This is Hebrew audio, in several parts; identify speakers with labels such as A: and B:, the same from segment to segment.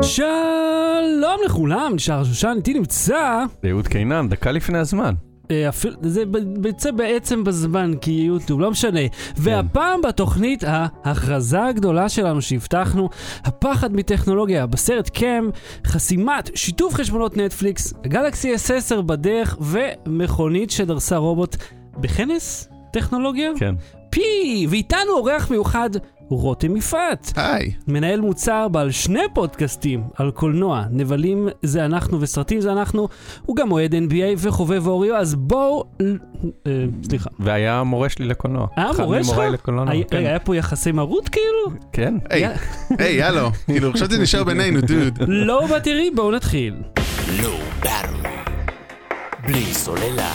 A: שלום לכולם, נשאר שושן, איתי נמצא
B: אהוד קינן, דקה לפני הזמן.
A: זה יוצא בעצם בזמן, כי יוטיוב, לא משנה. והפעם בתוכנית ההכרזה הגדולה שלנו שהבטחנו, הפחד מטכנולוגיה, בסרט קאם, חסימת, שיתוף חשבונות נטפליקס, גלקסי S10 בדרך, ומכונית שדרסה רובוט בכנס טכנולוגיה?
B: כן.
A: ואיתנו אורח מיוחד, רותם יפעת.
C: היי.
A: מנהל מוצר בעל 2 פודקאסטים על קולנוע, נבלים זה אנחנו וסרטים זה אנחנו, הוא גם אוהד NBA וחובב אוריו, אז בואו, סליחה.
B: והיה מורה שלי לקולנוע.
A: מורה שלך?
B: כן.
A: היה פה יחסי מרות כאילו?
B: כן.
C: היי, יאללה. כאילו, חשבתי נשאר בינינו, דוד.
A: לא בתראי, בואו נתחיל.
D: לא באטרי. בלי סוללה.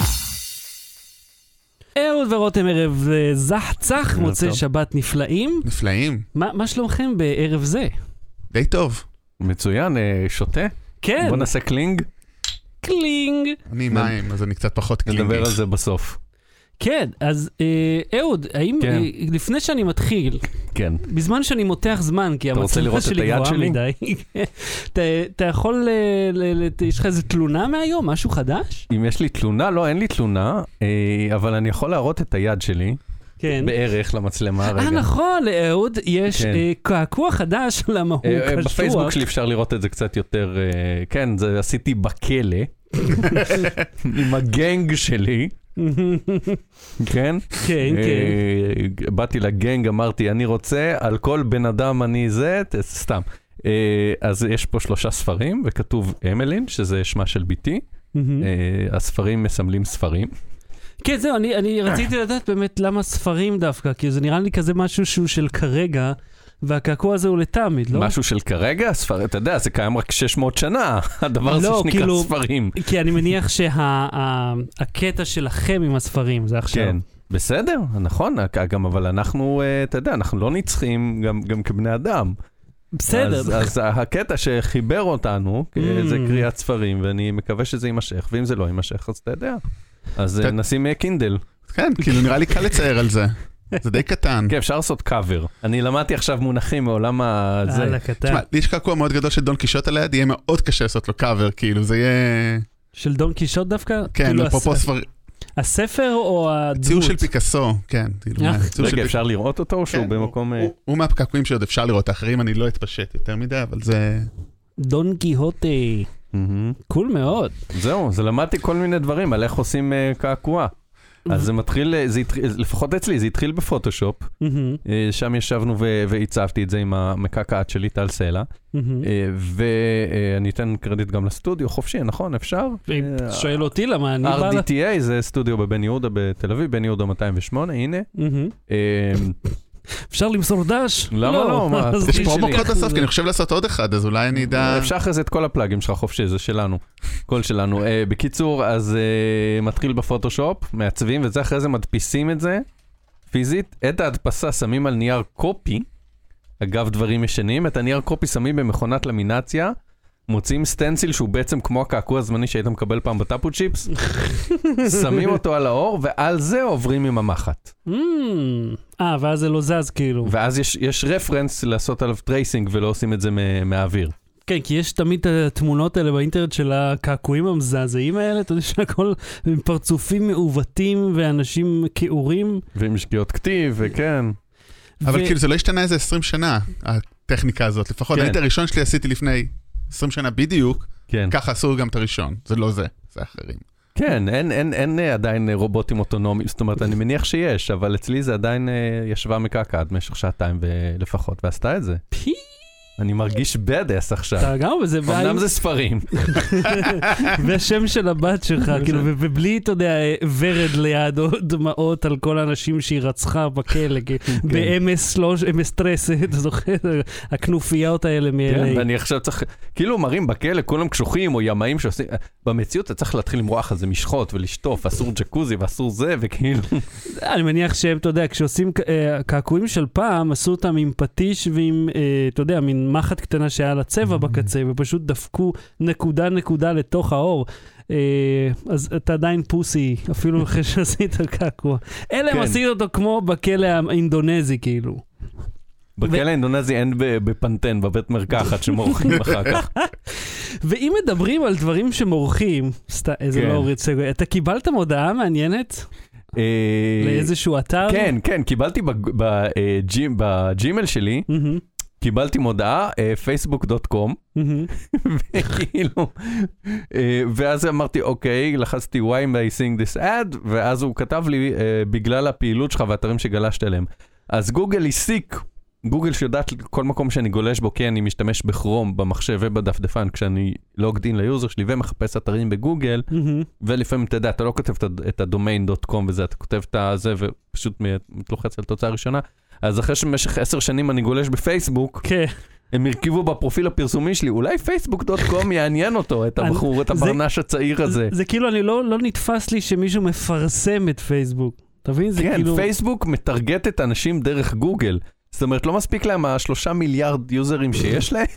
A: אהוד ורותם ערב זח צח, מוצא שבת נפלאים.
C: נפלאים.
A: מה שלומכם בערב זה?
C: די טוב.
B: מצוין, שותה?
A: כן.
B: בוא נעשה קלינג.
A: קלינג.
C: אני מים, אז אני קצת פחות קלינגי.
B: נדבר על זה בסוף.
A: כן, אז אהוד, האם לפני שאני מתחיל,
B: כן.
A: בזמן שאני מותח זמן, כי המצלמה שלי גבוהה מדי, אתה יכול, יש לך איזה תלונה מהיום, משהו חדש?
B: אם יש לי תלונה, לא, אין לי תלונה, אבל אני יכול להראות את היד שלי, בערך למצלמה רגע.
A: נכון, לאהוד, יש קעקוע חדש, למה הוא קשוח.
B: בפייסבוק שלי אפשר לראות את זה קצת יותר, כן, זה עשיתי בכלא, עם הגנג שלי, כן?
A: כן, כן.
B: באתי לגנג, אמרתי, אני רוצה, על כל בן אדם אני זה, סתם. אז יש פה 3 ספרים, וכתוב אמלין, שזה שמה של ביתי. הספרים מסמלים ספרים.
A: כן, זהו, אני רציתי לדעת באמת למה ספרים דווקא, כי זה נראה לי כזה משהו שהוא של כרגע, והקעקוע הזה הוא לתמיד, לא?
B: משהו של כרגע? ספרים, אתה יודע, זה קיים רק 600 שנה, הדבר הזה שנקרא ספרים.
A: כי אני מניח שהקטע שלכם עם הספרים, זה עכשיו.
B: כן, בסדר, נכון, גם, אבל אנחנו, אתה יודע, אנחנו לא נצחים גם כבני אדם.
A: בסדר.
B: אז הקטע שחיבר אותנו, זה קריאת ספרים, ואני מקווה שזה יימשך, ואם זה לא יימשך, אז אתה יודע. אז נשים קינדל.
C: כן, כאילו נראה לי קל לצייר על זה. זה די קטן.
B: כן, אפשר לעשות קאבר. אני למדתי עכשיו מונחים מעולם הזה.
A: תשמע,
C: לי יש קעקוע מאוד גדול של דון קישוט על היד, יהיה מאוד קשה לעשות לו קאבר, כאילו זה יהיה...
A: של דון קישוט דווקא?
C: כן, אפרופו ספר...
A: הספר או הדמות?
C: ציור של פיקאסו, כן.
B: רגע, אפשר לראות אותו או שהוא במקום...
C: הוא מהקעקועים שעוד אפשר לראות, האחרים אני לא אתפשט יותר מדי, אבל זה...
A: דון קיהוטי. קול מאוד.
B: זהו, זה למדתי כל מיני דברים על איך עושים קעקוע. אז זה מתחיל, לפחות אצלי, זה התחיל בפוטושופ, שם ישבנו והצבתי את זה עם המקעקעת שלי, טל סלע, ואני אתן קרדיט גם לסטודיו, חופשי, נכון, אפשר?
A: שואל אותי למה אני בא...
B: RDTA זה סטודיו בבן יהודה בתל אביב, בן יהודה 208, הנה.
A: אפשר למסור דש?
B: למה לא?
C: יש פרומו קוד בסוף, כי אני חושב לעשות עוד אחד, אז אולי אני אדע...
B: אפשר אחרי זה את כל הפלאגים שלך חופשי, זה שלנו, כל שלנו. בקיצור, אז מתחיל בפוטושופ, מעצבים, וזה אחרי זה מדפיסים את זה, פיזית, את ההדפסה שמים על נייר קופי, אגב דברים ישנים, את הנייר קופי שמים במכונת למינציה, מוצאים סטנסיל שהוא בעצם כמו הקעקוע הזמני שהיית מקבל פעם בטאפו צ'יפס, שמים אותו על האור, ועל זה עוברים עם המחט.
A: ואז זה לא זז כאילו.
B: ואז יש רפרנס לעשות עליו טרייסינג, ולא עושים את זה מהאוויר.
A: כן, כי יש תמיד את התמונות האלה באינטרנט של הקעקועים המזעזעים האלה, אתה יודע שהכל פרצופים מעוותים, ואנשים כאורים.
B: ועם שגיאות כתיב, וכן.
C: אבל כאילו זה לא השתנה איזה 20 שנה, הטכניקה הזאת. לפחות את הראשון שלי עשיתי לפני 20 שנה בדיוק, ככה עשו גם את הראשון. זה לא זה, זה אחרים.
B: כן, אין עדיין רובוטים אוטונומיים, זאת אומרת, אני מניח שיש, אבל אצלי זה עדיין ישבה מקעקעת במשך 2 לפחות, ועשתה את זה. אני מרגיש בדס עכשיו.
A: אתה גם, וזה בעיה.
B: אמנם זה ספרים.
A: והשם של הבת שלך, כאילו, ובלי, אתה יודע, ורד ליד או דמעות על כל האנשים שהיא רצחה בכלא, ב-MS-13, אתה זוכר, הכנופיות האלה מאלה.
B: כן, ואני עכשיו צריך, כאילו מראים בכלא, כולם קשוחים או ימאים שעושים, במציאות אתה צריך להתחיל למרוח על זה משחות ולשטוף, אסור ג'קוזי ואסור זה, וכאילו.
A: אני מניח שהם, אתה יודע, כשעושים קעקועים של פעם, עשו אותם עם פטיש ועם, אתה יודע, מין מחט קטנה שהיה לה צבע בקצה, ופשוט דפקו נקודה לתוך האור. אז אתה עדיין פוסי, אפילו אחרי שעשית קעקוע. אלא הם עשית אותו כמו בכלא האינדונזי, כאילו.
B: בכלא האינדונזי אין בפנטן, בבית מרקחת שמורחים אחר כך.
A: ואם מדברים על דברים שמורחים, איזה לא אורית סגוי, אתה קיבלת מודעה מעניינת? לאיזשהו אתר?
B: כן, כן, קיבלתי בג'ימל שלי, קיבלתי מודעה, facebook.com, וכאילו, ואז אמרתי, אוקיי, לחצתי, why am I seeing this ad? ואז הוא כתב לי, בגלל הפעילות שלך והאתרים שגלשת אליהם. אז גוגל הסיק, גוגל שיודעת כל מקום שאני גולש בו, כי אני משתמש בכרום, במחשב ובדפדפן, כשאני לוגד אין ליוזר שלי ומחפש אתרים בגוגל, ולפעמים אתה יודע, אתה לא כותב את ה-domain.com וזה, אתה כותב את זה ופשוט מתלוחץ על תוצאה ראשונה. אז אחרי שבמשך 10 שנים אני גולש בפייסבוק, הם הרכיבו בפרופיל הפרסומי שלי, אולי פייסבוק.com יעניין אותו, את הבחור, את הברנש הצעיר הזה.
A: זה כאילו, אני לא נתפס לי שמישהו מפרסם את פייסבוק. תבין, זה כאילו...
B: כן, פייסבוק מטרגט את אנשים דרך גוגל. זאת אומרת, לא מספיק להם 3 מיליארד יוזרים שיש להם?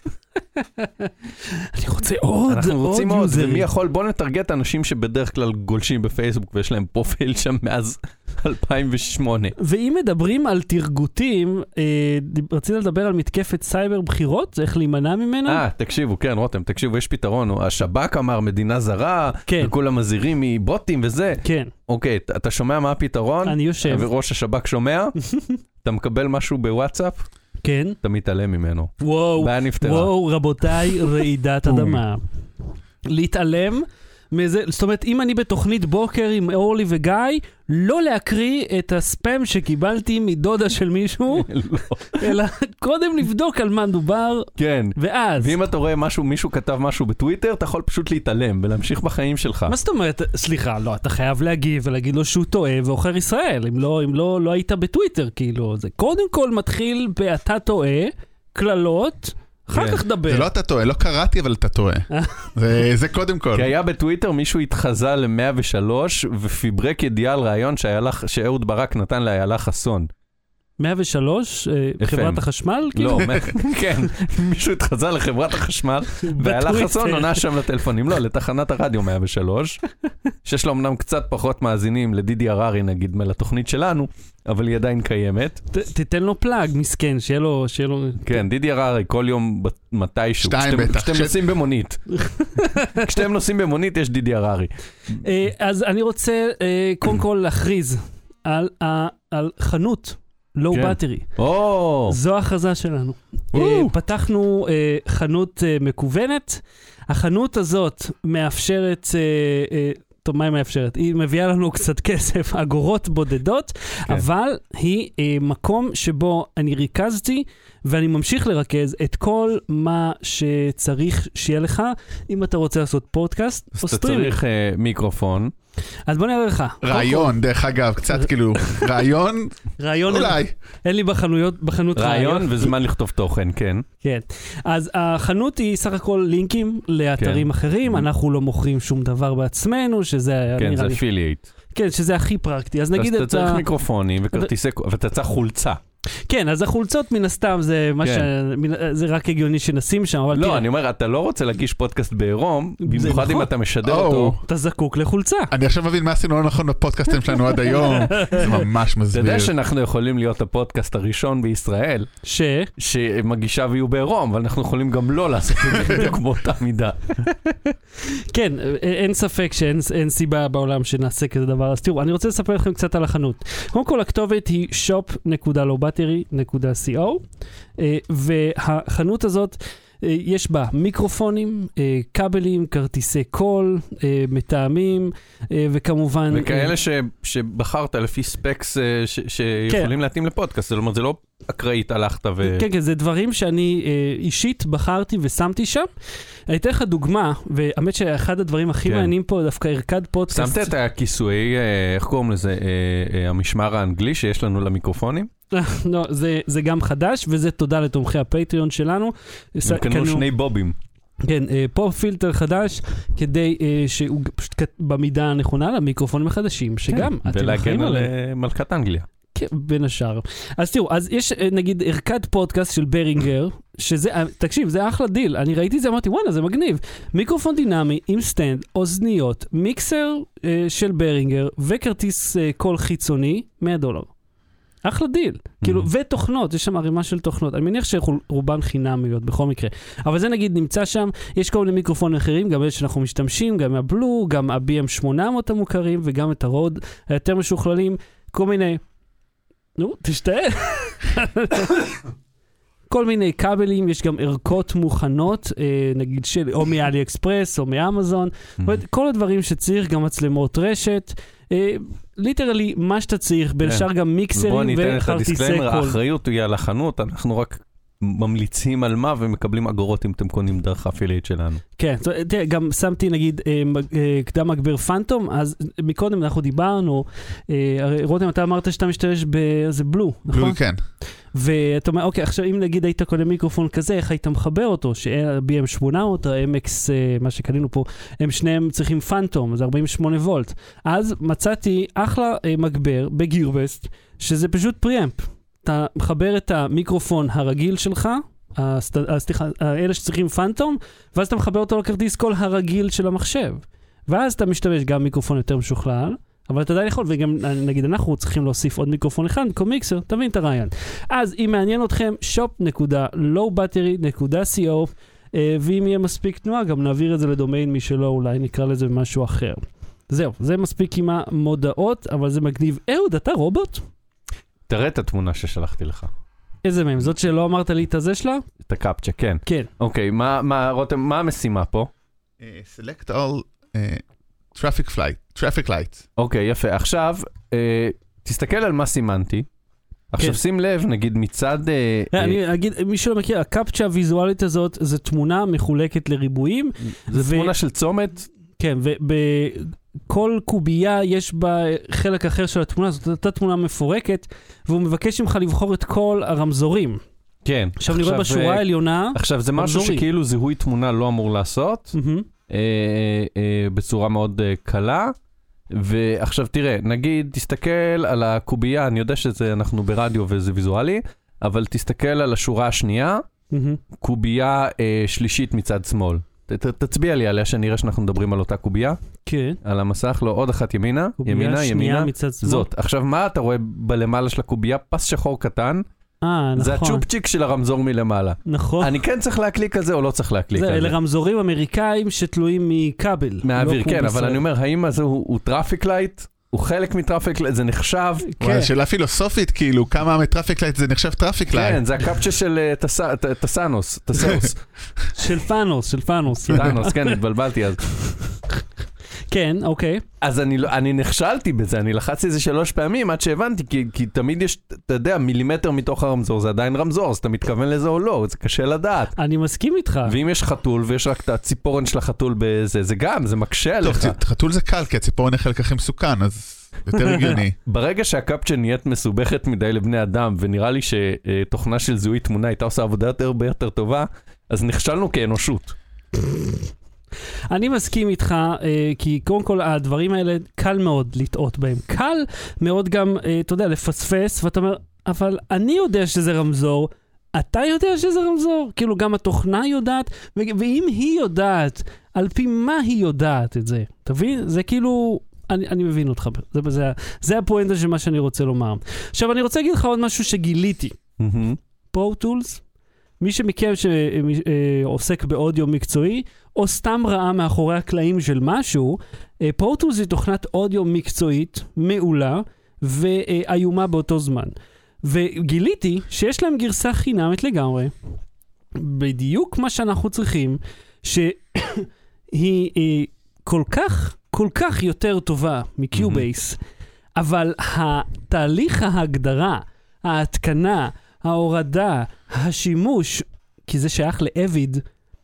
A: אני רוצה עוד יוזרים.
B: אנחנו רוצים עוד, ומי יכול? בוא נטרגט אנשים שבדרך כלל גולשים בפייסבוק, ויש להם פרופיל שם מאז 2008.
A: ואם מדברים על תרגותים, רציתי לדבר על מתקפת סייבר בחירות, איך להימנע ממנה?
B: תקשיבו, כן, רותם, תקשיבו, יש פתרון. השב"כ אמר מדינה זרה, וכולם מזהירים מבוטים וזה. כן. אוקיי, אתה שומע מה הפתרון?
A: אני יושב.
B: וראש השב"כ שומע? אתה מקבל משהו בוואטסאפ?
A: כן.
B: אתה מתעלם ממנו.
A: וואו, רבותיי, רעידת אדמה. להתעלם מזה, זאת אומרת, אם אני בתוכנית בוקר עם אורלי וגיא, לא להקריא את הספאם שקיבלתי מדודה של מישהו, אלא קודם לבדוק על מה מדובר,
B: כן.
A: ואז...
B: ואם אתה רואה מישהו כתב משהו בטוויטר, אתה יכול פשוט להתעלם ולהמשיך בחיים שלך.
A: מה זאת אומרת? סליחה, לא, אתה חייב להגיב ולהגיד לו שהוא טועה ואוכר ישראל, אם לא היית בטוויטר, כאילו, זה קודם כל מתחיל באתה טועה, כללות, אחר כך דבר.
C: זה לא אתה טועה, לא קראתי, אבל אתה טועה. זה קודם כל.
B: כי היה בטוויטר מישהו התחזה ל-103 ופיברק ידיעה על רעיון שאהוד ברק נתן לאיילה חסון.
A: 103? חברת החשמל?
B: לא, כן. מישהו התחזה לחברת החשמל, ואיילה חסון עונה שם לטלפונים. לא, לתחנת הרדיו 103, שיש לה אמנם קצת פחות מאזינים לדידי הררי, נגיד, מלתוכנית שלנו, אבל היא עדיין קיימת.
A: תתן לו פלאג, מסכן, שיהיה לו...
B: כן, דידי הררי, כל יום מתישהו. כשאתם נוסעים במונית. כשאתם נוסעים במונית, יש דידי הררי.
A: אז אני רוצה קודם כל להכריז על חנות. לואו בטרי. זו ההכרזה שלנו. פתחנו חנות מקוונת. החנות הזאת מאפשרת... טוב, מה היא מאפשרת? היא מביאה לנו קצת כסף, אגורות בודדות, אבל היא מקום שבו אני ריכזתי, ואני ממשיך לרכז את כל מה שצריך שיהיה לך, אם אתה רוצה לעשות פודקאסט או סטרימינג.
B: אתה צריך מיקרופון.
A: אז בוא נראה לך.
C: רעיון, דרך אגב, קצת כאילו, רעיון, אולי.
A: אין לי בחנות
B: רעיון וזמן לכתוב תוכן, כן.
A: כן. אז החנות היא סך הכל לינקים לאתרים אחרים, אנחנו לא מוכרים שום דבר בעצמנו, שזה...
B: כן, זה אפילייט.
A: כן, שזה הכי פרקטי. אז נגיד
B: אתה צריך מיקרופונים וכרטיסי... ואתה צריך חולצה.
A: כן, אז החולצות מן הסתם זה רק הגיוני שנשים שם, אבל
B: לא, אני אומר, אתה לא רוצה להגיש פודקאסט בעירום, במיוחד אם אתה משדר אותו.
A: אתה זקוק לחולצה.
C: אני עכשיו מבין מה עשינו לא נכון בפודקאסטים שלנו עד היום, זה ממש מסביר.
B: אתה יודע שאנחנו יכולים להיות הפודקאסט הראשון בישראל, שמגישה ויהיו בעירום, אבל אנחנו יכולים גם לא לעשות את זה בדיוק באותה מידה.
A: כן, אין ספק שאין סיבה בעולם שנעשה כזה דבר. אז תראו, אני רוצה לספר לכם קצת על החנות. קודם כל, הכתובת היא shop.lowbattery.co, והחנות הזאת יש בה מיקרופונים, כבלים, כרטיסי קול, מתאמים, וכמובן...
B: וכאלה שבחרת לפי ספקס שיכולים להתאים לפודקאסט, זאת אומרת, זה לא אקראית הלכת ו...
A: כן, כן, זה דברים שאני אישית בחרתי ושמתי שם. אני אתן לך דוגמה, והאמת שאחד הדברים הכי מעניינים פה, דווקא ערכד פודקאסט...
B: שמת את הכיסוי, איך קוראים לזה, המשמר האנגלי שיש לנו למיקרופונים?
A: לא, זה גם חדש, וזה תודה לתומכי הפטריון שלנו.
B: הם קנו 2 בובים.
A: כן, פה פילטר חדש, כדי שהוא פשוט במידה הנכונה למיקרופונים החדשים, שגם אתם אחראים עליהם.
B: ולהגן על מלכת אנגליה.
A: כן, בין השאר. אז תראו, אז יש נגיד ערכת פודקאסט של ברינגר, שזה, תקשיב, זה אחלה דיל. אני ראיתי את זה, אמרתי, וואלה, זה מגניב. מיקרופון דינמי עם סטנד, אוזניות, מיקסר של ברינגר, וכרטיס קול חיצוני, $100. אחלה דיל. כאילו, ותוכנות, יש שם ערימה של תוכנות. אני מניח שרובן חינמיות בכל מקרה. אבל זה נגיד נמצא שם, יש כל מיני מיקרופונים אחרים, גם אלה שאנחנו משתמשים, גם הבלו, גם ה-BM800 המוכרים, וגם את הרוד היותר משוכללים, כל מיני... נו, תשתהה. כל מיני כבלים, יש גם ערכות מוכנות, נגיד או מאלי אקספרס או מאמזון, כל הדברים שצריך, גם מצלמות רשת, ליטרלי מה שאתה צריך, בין שאר גם מיקסרים וכרטיסי קול. בוא ניתן את הדיסקליימר,
B: האחריות היא על החנות, אנחנו רק ממליצים על מה ומקבלים אגורות אם אתם קונים דרך האפילייט שלנו.
A: כן, תראה, גם שמתי נגיד קדם מגבר פנטום, אז מקודם אנחנו דיברנו, רותם אתה אמרת שאתה משתמש בזה בלו, נכון?
C: בלו, כן.
A: ואתה אומר, אוקיי, עכשיו אם נגיד היית קונה מיקרופון כזה, איך היית מחבר אותו? שה-BM800, ה-MX, מה שקנינו פה, הם שניהם צריכים פנטום, זה 48 וולט. אז מצאתי אחלה מגבר בגירבסט, שזה פשוט פריאמפ. אתה מחבר את המיקרופון הרגיל שלך, סליחה, אלה שצריכים פנטום, ואז אתה מחבר אותו לכרטיס קול הרגיל של המחשב. ואז אתה משתמש גם מיקרופון יותר משוכלל, אבל אתה עדיין יכול, וגם נגיד אנחנו צריכים להוסיף עוד מיקרופון אחד, קומיקסר, תבין את הרעיון. אז אם מעניין אתכם, shop.lowbattery.co, ואם יהיה מספיק תנועה, גם נעביר את זה לדומיין משלו, אולי נקרא לזה משהו אחר. זהו, זה מספיק עם המודעות, אבל זה מגניב. אהוד, אתה רובוט?
B: תראה את התמונה ששלחתי לך.
A: איזה מהם? זאת שלא אמרת לי את הזה שלה?
B: את הקפצ'ה, כן.
A: כן.
B: אוקיי, רותם, מה המשימה פה?
C: Select all traffic lights.
B: אוקיי, יפה. עכשיו, תסתכל על מה סימנתי. עכשיו שים לב, נגיד מצד...
A: אני אגיד, מי שלא מכיר, הקפצ'ה הוויזואלית הזאת, זו תמונה מחולקת לריבועים.
B: זו תמונה של צומת.
A: כן, ובכל קובייה יש בה חלק אחר של התמונה, זאת אותה תמונה מפורקת, והוא מבקש ממך לבחור את כל הרמזורים.
B: כן.
A: עכשיו נראה בשורה העליונה.
B: עכשיו זה משהו שכאילו זיהוי תמונה לא אמור לעשות, בצורה מאוד קלה, ועכשיו תראה, נגיד תסתכל על הקובייה, אני יודע שאנחנו ברדיו וזה ויזואלי, אבל תסתכל על השורה השנייה, קובייה שלישית מצד שמאל. תצביע לי עליה שנראה שאנחנו מדברים על אותה קובייה.
A: כן.
B: על המסך, לא, עוד אחת ימינה, ימינה, זאת. עכשיו מה אתה רואה בלמעלה של הקובייה? פס שחור קטן.
A: נכון.
B: זה הצ'ופצ'יק של הרמזור מלמעלה.
A: נכון.
B: אני כן צריך להקליק על זה או לא צריך להקליק על זה?
A: אלה רמזורים אמריקאים שתלויים מכבל.
B: מהאוויר, כן, אבל אני אומר, האם הזה הוא טראפיק לייט? הוא חלק מטראפיק לייט, זה נחשב...
C: שאלה פילוסופית, כאילו, כמה מטראפיק לייט זה נחשב טראפיק לייט?
B: כן, זה הקפצ'ה של טסאנוס.
A: של פאנוס.
B: פאנוס, כן, התבלבלתי אז.
A: כן, אוקיי.
B: אז אני נכשלתי בזה, אני לחצתי איזה 3 פעמים עד שהבנתי, כי תמיד יש, אתה יודע, מילימטר מתוך הרמזור, זה עדיין רמזור, אז אתה מתכוון לזה או לא, זה קשה לדעת.
A: אני מסכים איתך.
B: ואם יש חתול, ויש רק את הציפורן של החתול בזה, זה גם, זה מקשה עליך.
C: טוב, חתול זה קל, כי הציפורן החלק הכי מסוכן, אז יותר הגיוני.
B: ברגע שהקפצ'ה נהיית מסובכת מדי לבני אדם, ונראה לי שתוכנה של זיהוי תמונה הייתה עושה עבודה יותר טובה, אז נכשלנו כאנושות.
A: אני מסכים איתך, כי קודם כל הדברים האלה קל מאוד לטעות בהם. קל מאוד גם, אתה יודע, לפספס, ואתה אומר, אבל אני יודע שזה רמזור, אתה יודע שזה רמזור? כאילו גם התוכנה יודעת, ואם היא יודעת, על פי מה היא יודעת את זה? תבין? זה כאילו... אני מבין אותך, זה הפואנטה של מה שאני רוצה לומר. עכשיו, אני רוצה להגיד לך עוד משהו שגיליתי. פרו טולס, מי שמכם שעוסק באודיו מקצועי, או סתם ראה מאחורי הקלעים של משהו, פרו טולס היא תוכנת אודיו מקצועית, מעולה, ואיומה באותו זמן. וגיליתי שיש להם גרסה חינמית לגמרי, בדיוק מה שאנחנו צריכים, שהיא כל כך יותר טובה מקיובייס, אבל התהליך ההגדרה, ההתקנה, ההורדה, השימוש, כי זה שייך לאביד,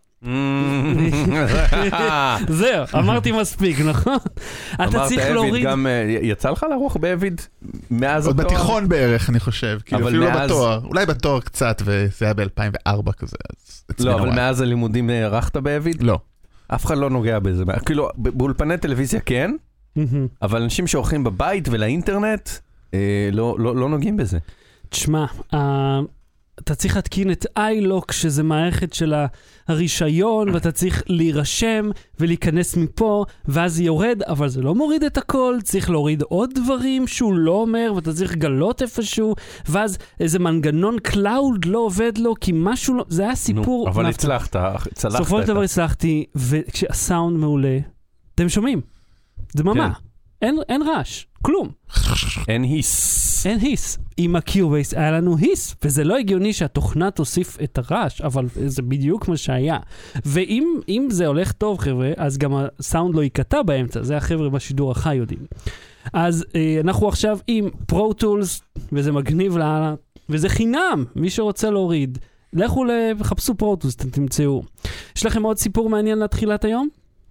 A: זהו, אמרתי מספיק, נכון? אתה צריך להוריד...
B: גם יצא לך לערוך באביד מאז
C: התואר? עוד בתיכון בערך, אני חושב, כאילו אפילו לא בתואר, אולי בתואר קצת, וזה היה ב-2004 כזה.
B: לא, אבל מאז הלימודים ערכת באביד?
C: לא.
B: אף אחד לא נוגע בזה. כאילו, באולפני טלוויזיה כן, אבל אנשים שעורכים בבית ולאינטרנט, לא נוגעים בזה.
A: תשמע, אתה צריך להתקין את iLock, שזה מערכת של הרישיון, ואתה צריך להירשם ולהיכנס מפה, ואז זה יורד, אבל זה לא מוריד את הכל, צריך להוריד עוד דברים שהוא לא אומר, ואתה צריך לגלות איפשהו, ואז איזה מנגנון קלאוד לא עובד לו, כי משהו לא, זה היה סיפור.
B: אבל הצלחת, צלחת.
A: סופו של דבר הצלחתי, וכשהסאונד מעולה, אתם שומעים? דממה. אין רעש, כלום.
B: אין היס.
A: אין היס. עם ה-Cubase היה לנו היס, וזה לא הגיוני שהתוכנה תוסיף את הרעש, אבל זה בדיוק מה שהיה. ואם זה הולך טוב, חבר'ה, אז גם הסאונד לא יקטע באמצע, זה החבר'ה בשידור החי יודעים. אז אנחנו עכשיו עם Pro Tools, וזה מגניב לאללה, וזה חינם, מי שרוצה להוריד. לכו לחפשו Pro Tools, אתם תמצאו. יש לכם עוד סיפור מעניין לתחילת היום?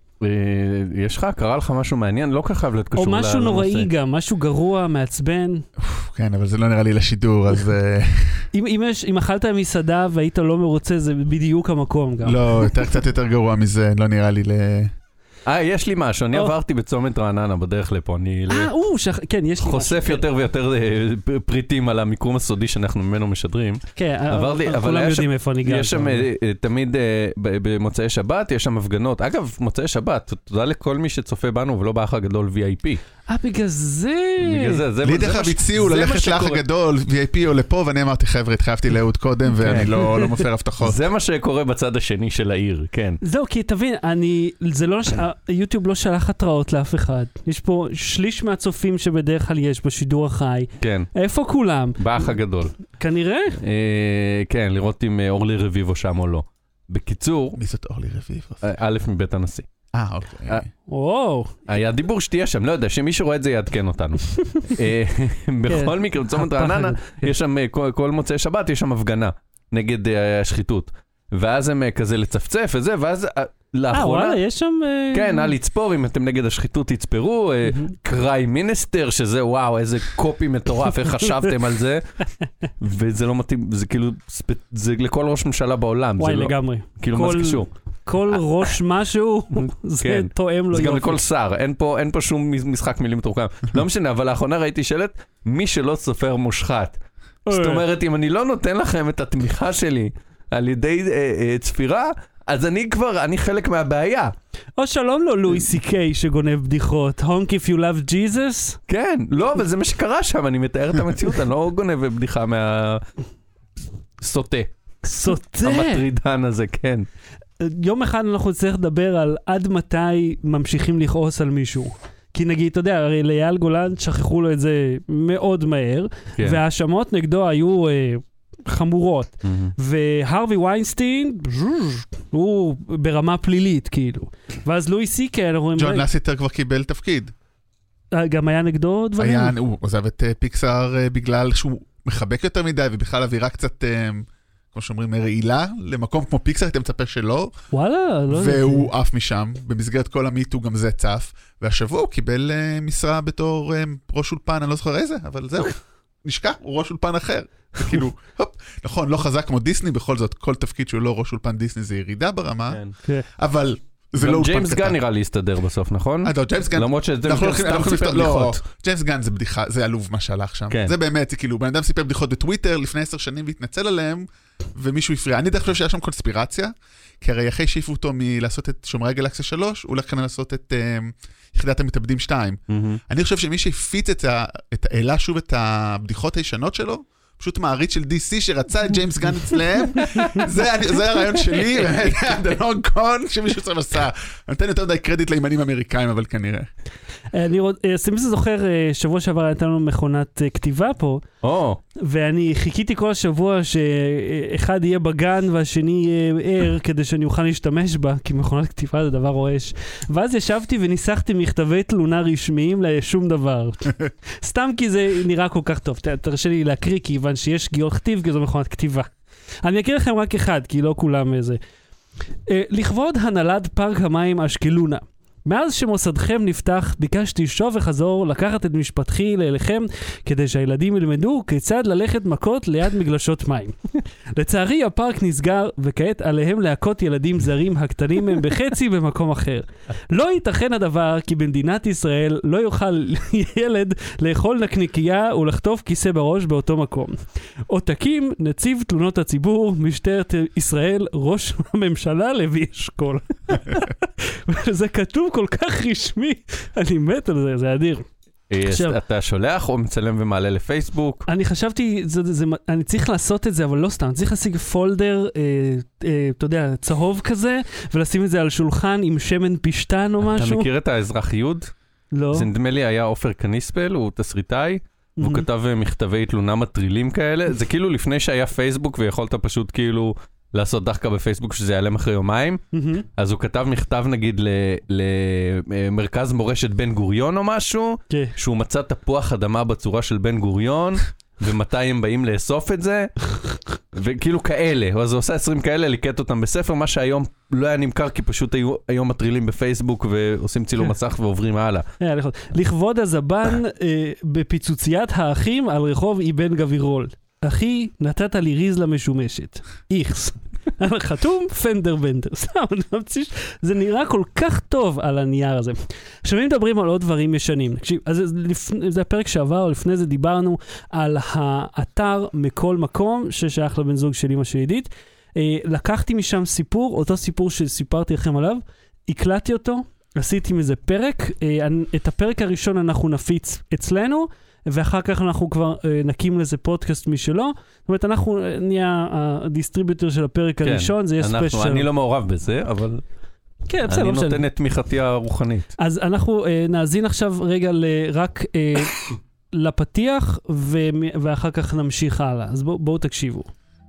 B: יש לך, קרא לך משהו מעניין, לא ככה ולת קשור לנושא.
A: או משהו נוראי גם, משהו גרוע, מעצבן.
C: כן, אבל זה לא נראה לי לשידור, אז...
A: אם אכלת מסעדה והיית לא מרוצה, זה בדיוק המקום גם.
C: לא, קצת יותר גרוע מזה, לא נראה לי
B: יש לי משהו, אני עברתי בצומת רעננה בדרך לפה,
A: כן, יש לי
B: חושף יותר ויותר פריטים על המיקום הסודי שאנחנו ממנו משדרים.
A: כן, כולם יודעים איפה אני גר.
B: יש שם תמיד במוצאי שבת, יש שם הפגנות. אגב, מוצאי שבת, תודה לכל מי שצופה בנו ולא באח הגדול VIP.
A: בגלל זה.
C: לי דרך כלל הציעו ללכת לאח הגדול, VIP או לפה, ואני אמרתי, חבר'ה, התחייבתי לאהוד קודם, ואני לא מפר הבטחות.
B: זה מה שקורה בצד השני של העיר, כן.
A: זהו, כי תבין, יוטיוב לא שלח התראות לאף אחד. יש פה שליש מהצופים שבדרך כלל יש בשידור החי.
B: כן.
A: איפה כולם?
B: באח הגדול.
A: כנראה?
B: כן, לראות אם אורלי רביבו שם או לא. בקיצור...
C: מי זאת אורלי רביבו?
B: א' מבית הנשיא.
C: אוקיי.
A: וואו.
B: היה דיבור שתהיה שם, לא יודע, שמי שרואה את זה יעדכן אותנו. בכל מקרה, בצומת רעננה, יש שם, כל מוצאי שבת, יש שם הפגנה נגד השחיתות. ואז הם כזה לצפצף וזה, ואז לאחרונה...
A: וואלה, יש שם...
B: כן, לצפור, אם אתם נגד השחיתות תצפרו, קריי מיניסטר, שזה וואו, איזה קופי מטורף, איך חשבתם על זה? וזה לא מתאים, זה כאילו, זה לכל ראש ממשלה בעולם.
A: וואי, לגמרי.
B: כאילו, מה זה קשור?
A: כל ראש משהו, זה תואם לו יופי.
B: זה גם לכל שר, אין פה שום משחק מילים מתורקם. לא משנה, אבל לאחרונה ראיתי שלט, מי שלא סופר מושחת. זאת אומרת, אם אני לא נותן לכם את התמיכה שלי על ידי צפירה, אז אני חלק מהבעיה.
A: או שלום לו לואי סי-קיי שגונב בדיחות. Honk if you love Jesus?
B: כן, לא, אבל זה מה שקרה שם, אני מתאר את המציאות, אני לא גונב בדיחה סוטה.
A: סוטה?
B: המטרידן הזה, כן.
A: יום אחד אנחנו צריך לדבר על עד מתי ממשיכים לכעוס על מישהו. כי נגיד, אתה יודע, הרי לאייל גולן שכחו לו את זה מאוד מהר, והאשמות נגדו היו חמורות. והרווי ויינסטיין, הוא ברמה פלילית, כאילו. ואז לואי סי-קיי,
C: ג'ון לסיטר כבר קיבל תפקיד.
A: גם היה נגדו דברים?
C: הוא עוזב את פיקסאר בגלל שהוא מחבק יותר מדי, ובכלל אווירה קצת... כמו שאומרים, רעילה, למקום כמו פיקסאר, אתה מצפה שלא.
A: וואלה, לא יודע.
C: והוא עף משם, במסגרת כל המיטו גם זה צף, והשבוע הוא קיבל משרה בתור ראש אולפן, אני לא זוכר איזה, אבל זהו, נשכח, הוא ראש אולפן אחר. כאילו, נכון, לא חזק כמו דיסני, בכל זאת, כל תפקיד שהוא לא ראש אולפן דיסני זה ירידה ברמה, אבל...
B: גם ג'יימס גן נראה לי הסתדר בסוף, נכון? למרות שזה סתם סיפר בדיחות.
C: ג'יימס גן זה בדיחה, זה עלוב מה שהלך שם. זה באמת, כאילו, בן אדם סיפר בדיחות בטוויטר לפני 10 שנים והתנצל עליהם, ומישהו הפריע. אני דרך חושב שהיה שם קונספירציה, כי הרי אחרי שהעיפו אותו מלעשות את שומרי גלקסיה 3, הוא הולך כאן לעשות את יחידת המתאבדים 2. אני חושב שמי שהפיץ העלה שוב את הבדיחות הישנות שלו, פשוט מעריץ של DC שרצה את ג'יימס גן אצלהם, זה הרעיון שלי, the long con שמישהו צריך לעשה. אני נותן יותר די קרדיט לימנים אמריקאים, אבל כנראה.
A: סימס זוכר, שבוע שעבר הייתה לנו מכונת כתיבה פה, ואני חיכיתי כל השבוע שאחד יהיה בגן והשני יהיה ער, כדי שאני אוכל להשתמש בה, כי מכונת כתיבה זה דבר רועש. ואז ישבתי וניסחתי מכתבי תלונה רשמיים לשום דבר. סתם כי זה נראה כל כך טוב. תרשה לי להקריא, כיוון שיש שגיאות כתיב, כי זו מכונת כתיבה. אני אקריא לכם רק אחד, כי לא כולם איזה. לכבוד הנהלת פארק המים אשקלונה. מאז שמוסדכם נפתח, ביקשתי שוב וחזור לקחת את משפטי לאליכם, כדי שהילדים ילמדו כיצד ללכת מכות ליד מגלשות מים. לצערי, הפארק נסגר, וכעת עליהם להכות ילדים זרים הקטנים הם בחצי במקום אחר. לא ייתכן הדבר, כי במדינת ישראל לא יוכל ילד לאכול נקניקייה ולחטוף כיסא בראש באותו מקום. עותקים, נציב תלונות הציבור, משטרת ישראל, ראש הממשלה לוי אשכול. זה כתוב כל כך רשמי, אני מת על זה, זה אדיר.
B: אתה שולח או מצלם ומעלה לפייסבוק?
A: אני חשבתי, אני צריך לעשות את זה, אבל לא סתם, אני צריך להשיג פולדר, אתה יודע, צהוב כזה, ולשים את זה על שולחן עם שמן פשטן או משהו.
B: אתה מכיר את האזרח יוד?
A: לא.
B: זה נדמה לי היה עופר קניספל, הוא תסריטאי, והוא כתב מכתבי תלונה מטרילים כאלה, זה כאילו לפני שהיה פייסבוק ויכולת פשוט כאילו לעשות דחקה בפייסבוק שזה יעלם אחרי יומיים, אז הוא כתב מכתב נגיד למרכז מורשת בן גוריון או משהו, שהוא מצא תפוח אדמה בצורה של בן גוריון, ומתי הם באים לאסוף את זה, וכאילו כאלה, אז הוא עושה 20 כאלה, ליקט אותם בספר, מה שהיום לא היה נמכר, כי פשוט היום מטרילים בפייסבוק, ועושים צילום מסך ועוברים הלאה.
A: לכבוד הזבן בפיצוציית האחים על רחוב אבן גבירול. אחי, נתת לי ריז למשומשת. איכס. חתום פנדר בנדר. זה נראה כל כך טוב על הנייר הזה. עכשיו, אם מדברים על עוד דברים ישנים, תקשיב, אז זה הפרק שעבר, לפני זה דיברנו על האתר מכל מקום, ששייך לבן זוג של אמא שלי עידית. לקחתי משם סיפור, אותו סיפור שסיפרתי לכם עליו, הקלטתי אותו, עשיתי מזה פרק, את הפרק הראשון אנחנו נפיץ אצלנו, ואחר כך אנחנו כבר נקים לזה פודקאסט משלו. זאת אומרת, אנחנו נהיה הדיסטריביוטר של הפרק הראשון, זה יהיה ספיישל.
B: אני לא מעורב בזה, אבל
A: כן, בסדר,
B: אני נותן את תמיכתי הרוחנית.
A: אז אנחנו נאזין עכשיו רגע רק לפתיח, ואחר כך נמשיך הלאה. אז בואו תקשיבו.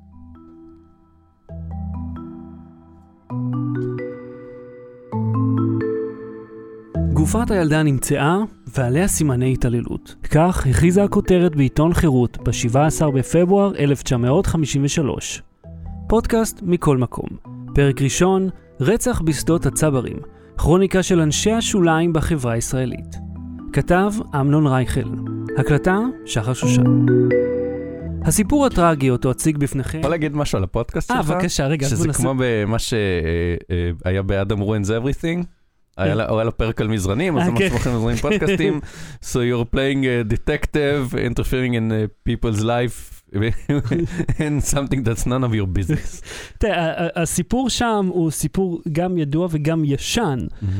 A: גופת הילדה נמצאה ועליה סימני התעללות. כך הכריזה הכותרת בעיתון חירות ב-17 בפברואר 1953. פודקאסט מכל מקום. פרק ראשון, רצח בשדות הצברים. כרוניקה של אנשי השוליים בחברה הישראלית. כתב אמנון רייכל. הקלטה שחר שושן. הסיפור הטרגי אותו אציג בפניכם.
B: יכול להגיד משהו על הפודקאסט שלך?
A: בבקשה, רגע.
B: שזה כמו במה שהיה באדם ruins everything. היה לו פרק על מזרנים, אז ממש מוכן מזרנים פודקאסטים. So you're playing a detective, interfering in people's life, and something that's none of your business.
A: תראה, הסיפור שם הוא סיפור גם ידוע וגם ישן,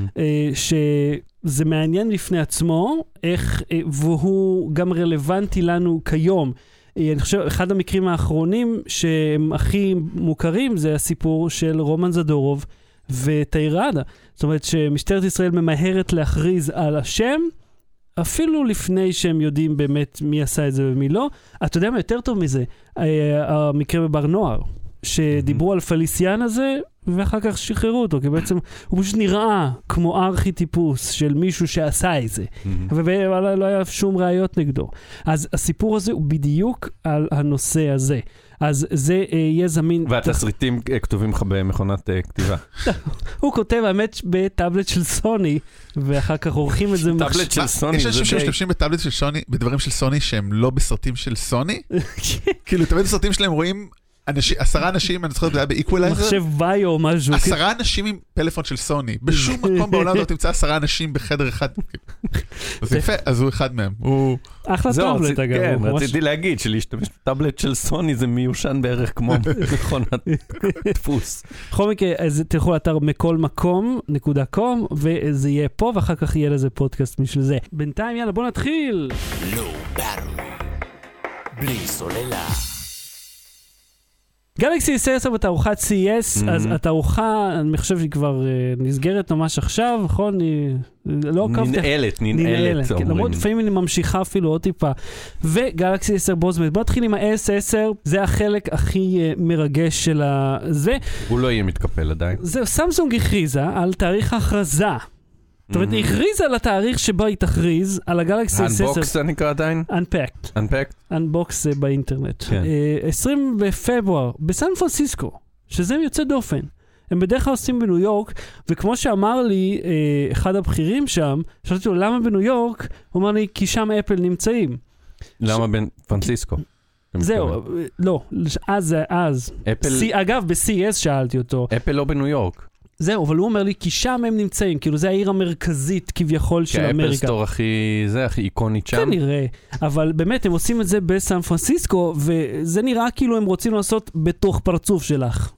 A: שזה מעניין לפני עצמו, והוא גם רלוונטי לנו כיום. אני חושב, אחד המקרים האחרונים שהם הכי מוכרים, זה הסיפור של רומן זדורוב, ותיירדה. זאת אומרת שמשטרת ישראל ממהרת להכריז על השם, אפילו לפני שהם יודעים באמת מי עשה את זה ומי לא. אתה יודע מה יותר טוב מזה? המקרה בבר נוער, שדיברו על פליסיאן הזה, ואחר כך שחררו אותו, כי בעצם הוא פשוט נראה כמו ארכיטיפוס של מישהו שעשה את זה. ולא היה שום ראיות נגדו. אז הסיפור הזה הוא בדיוק על הנושא הזה. אז זה יהיה זמין.
B: והתסריטים כתובים לך במכונת כתיבה.
A: הוא כותב, האמת, בטאבלט של סוני, ואחר כך עורכים את זה.
B: טאבלט של סוני.
C: יש אנשים שמשתמשים בטאבלט של סוני, בדברים של סוני שהם לא בסרטים של סוני? כאילו, תמיד בסרטים שלהם רואים 10 אנשים, אני זוכר, זה היה באיקוולייזר.
A: מחשב ביו או משהו.
C: 10 אנשים עם פלאפון של סוני. בשום מקום בעולם לא תמצא 10 אנשים בחדר אחד. אז יפה, אז הוא אחד מהם.
A: אחלה טאבלט, אגב.
B: כן, רציתי להגיד שלהשתמש בטאבלט של סוני זה מיושן בערך כמו מכונת דפוס.
A: בכל מקרה, אז תלכו לאתר מכל.com, וזה יהיה פה, ואחר כך יהיה לזה פודקאסט משל זה. בינתיים, יאללה, בוא נתחיל.
D: בלי סוללה.
A: גלקסי S10 בתערוכת CES, אז התערוכה, אני חושב שהיא כבר נסגרת ממש עכשיו, נכון?
B: ננעלת.
A: למרות לפעמים היא ממשיכה אפילו עוד טיפה. וגלקסי S10 בו-זמן. בוא נתחיל עם ה-S10, זה החלק הכי מרגש של זה.
B: הוא לא יהיה מתקפל עדיין.
A: זהו, סמסונג הכריזה על תאריך ההכרזה. זאת אומרת, היא הכריזה על התאריך שבו היא תכריז, על הגלקסי S10.
B: Unboxed זה נקרא עדיין?
A: Unpacked. Unboxed זה באינטרנט. 20 בפברואר, בסן פרנסיסקו, שזה יוצא דופן. הם בדרך כלל עושים בניו יורק, וכמו שאמר לי אחד הבכירים שם, שאלתי לו, למה בניו יורק? הוא אמר לי, כי שם אפל נמצאים.
B: למה בפרנסיסקו?
A: זהו, לא, אז. אגב, ב-CS שאלתי אותו.
B: אפל לא בניו יורק.
A: זהו, אבל הוא אומר לי, כי שם הם נמצאים, כאילו זה העיר המרכזית כביכול של אמריקה.
B: כאפל סטור הכי איקונית שם.
A: כנראה, אבל באמת הם עושים את זה בסן פרנסיסקו, וזה נראה כאילו הם רוצים לעשות בתוך פרצוף שלך,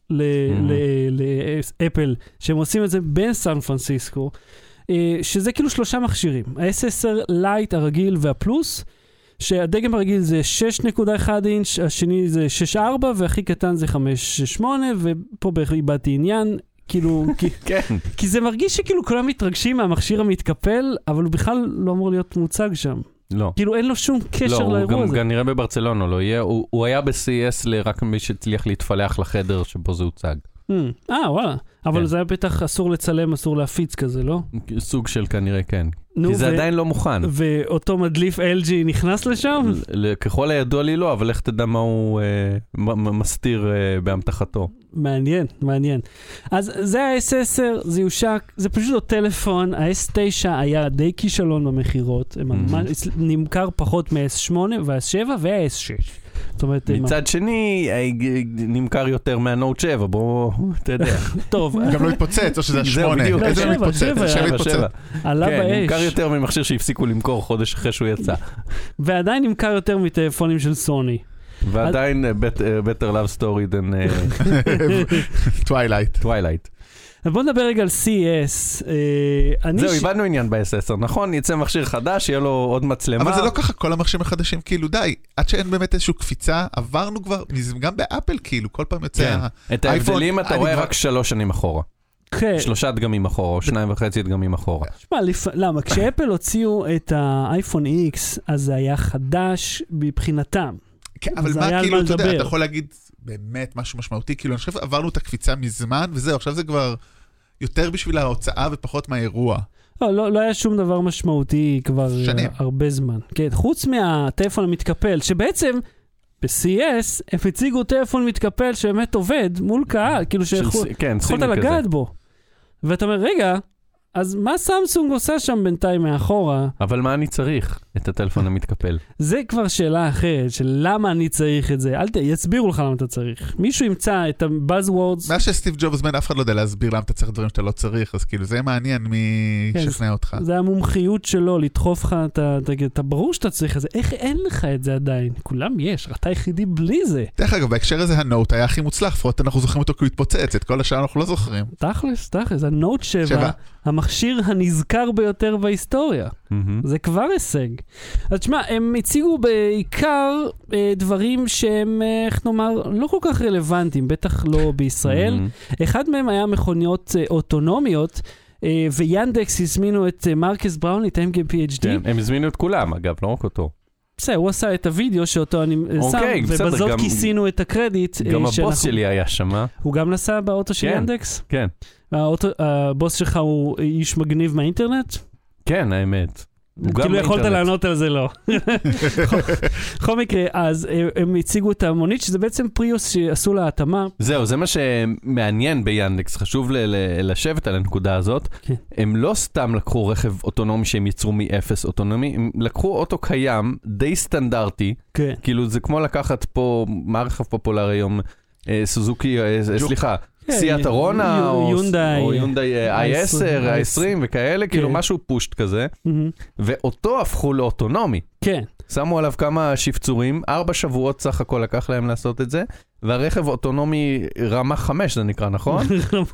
A: לאפל, שהם עושים את זה בסן פרנסיסקו, שזה כאילו 3 מכשירים, ה-S10 לייט הרגיל והפלוס, שהדגם הרגיל זה 6.1 אינץ', השני זה 6.4, והכי קטן זה 5.8, ופה בערך איבדתי עניין, כאילו, כי זה מרגיש שכאילו כולם מתרגשים מהמכשיר המתקפל, אבל הוא בכלל לא אמור להיות מוצג שם.
B: לא.
A: כאילו אין לו שום קשר לאירוע הזה.
B: לא, הוא גם נראה בברצלונה, לא יהיה, הוא היה ב-CS רק מי שצליח להתפלח לחדר שבו זה הוצג.
A: וואלה. אבל זה היה בטח אסור לצלם, אסור להפיץ כזה, לא?
B: סוג של כנראה כן. כי זה עדיין לא מוכן.
A: ואותו מדליף LG נכנס לשם?
B: ככל הידוע לי לא, אבל איך תדע מה הוא מסתיר בהמתחתו.
A: מעניין. אז זה ה-S10, זה יושק, זה פשוט עוד טלפון, ה-S9 היה די כישלון במחירות, נמכר פחות מה-S8 וה-S7 וה-S6.
B: מצד שני, נמכר יותר מהנוט 7, בוא, אתה יודע.
A: טוב.
C: גם לא התפוצץ, או שזה ה-8. איזה לא מתפוצץ?
A: עלה באש.
B: נמכר יותר ממכשיר שהפסיקו למכור חודש אחרי שהוא יצא.
A: ועדיין נמכר יותר מטלפונים של סוני.
B: ועדיין better love story than Twilight.
A: בוא נדבר רגע על CES.
B: זהו, איבדנו עניין ב-S10, נכון? יצא מכשיר חדש, יהיה לו עוד מצלמה.
C: אבל זה לא ככה, כל המכשירים החדשים, כאילו די, עד שאין באמת איזושהי קפיצה, עברנו כבר, גם באפל כאילו, כל פעם יוצא האייפון.
B: את ההבדלים אתה רואה רק 3 שנים אחורה. 3 דגמים אחורה, או 2.5 דגמים אחורה.
A: למה? כשאפל הוציאו את האייפון X, אז זה היה חדש מבחינתם.
C: אבל מה כאילו, אתה יודע, אתה יכול להגיד באמת משהו משמעותי, כאילו אני חושב עברנו את הקפיצה מזמן, וזהו, עכשיו זה כבר יותר בשביל ההוצאה ופחות מהאירוע.
A: לא היה שום דבר משמעותי כבר הרבה זמן. כן, חוץ מהטלפון המתקפל, שבעצם ב-CS הם הציגו טלפון מתקפל שבאמת עובד מול קהל, כאילו שיכולת לגעת בו. ואתה אומר, רגע, אז מה סמסונג עושה שם בינתיים מאחורה?
B: אבל מה אני צריך את הטלפון המתקפל?
A: זה כבר שאלה אחרת, של למה אני צריך את זה. יסבירו לך למה אתה צריך. מישהו ימצא את ה-buzzwords.
C: מה שסטיב ג'ובס בין אף אחד לא יודע להסביר למה אתה צריך דברים שאתה לא צריך, אז כאילו זה מעניין מי שכנע אותך.
A: זה המומחיות שלו, לדחוף לך, אתה ברור שאתה צריך את זה. איך אין לך את זה עדיין? כולם יש, אתה יחידי בלי זה.
C: דרך אגב, בהקשר הזה הנוט היה הכי מוצלח, לפחות אנחנו זוכרים אותו כי הוא התפוצץ, את כל השאר אנחנו לא זוכרים.
A: תכלס, הנוט 7, המכשיר הנזכר ביותר בהיסטוריה. זה כבר הישג. אז תשמע, הם הציגו בעיקר דברים שהם, איך נאמר, לא כל כך רלוונטיים, בטח לא בישראל. אחד מהם היה מכוניות אוטונומיות, ויאנדקס הזמינו את מרקס בראונלי, את MG PhD.
B: הם הזמינו את כולם, אגב, לא רק אותו.
A: בסדר, הוא עשה את הוידאו שאותו אני שם, ובזאת כיסינו את הקרדיט.
B: גם הבוס שלי היה שם.
A: הוא גם נסע באוטו של יאנדקס?
B: כן.
A: הבוס שלך הוא איש מגניב מהאינטרנט?
B: כן, האמת.
A: כאילו יכולת לענות על זה לא. בכל מקרה, אז הם הציגו את המונית, שזה בעצם פריוס שעשו לה התאמה.
B: זהו, זה מה שמעניין ביאנדקס, חשוב לשבת על הנקודה הזאת. הם לא סתם לקחו רכב אוטונומי שהם יצרו מ-0 אוטונומי, הם לקחו אוטו קיים, די סטנדרטי, כאילו זה כמו לקחת פה, מה רכב פופולרי היום, סוזוקי, סליחה, סיאט ארונה, או יונדאי i10, i20 וכאלה, כאילו משהו פושט כזה, ואותו הפכו לאוטונומי.
A: כן.
B: שמו עליו כמה שפצורים, 4 שבועות סך הכל לקח להם לעשות את זה, והרכב אוטונומי רמה 5 זה נקרא, נכון?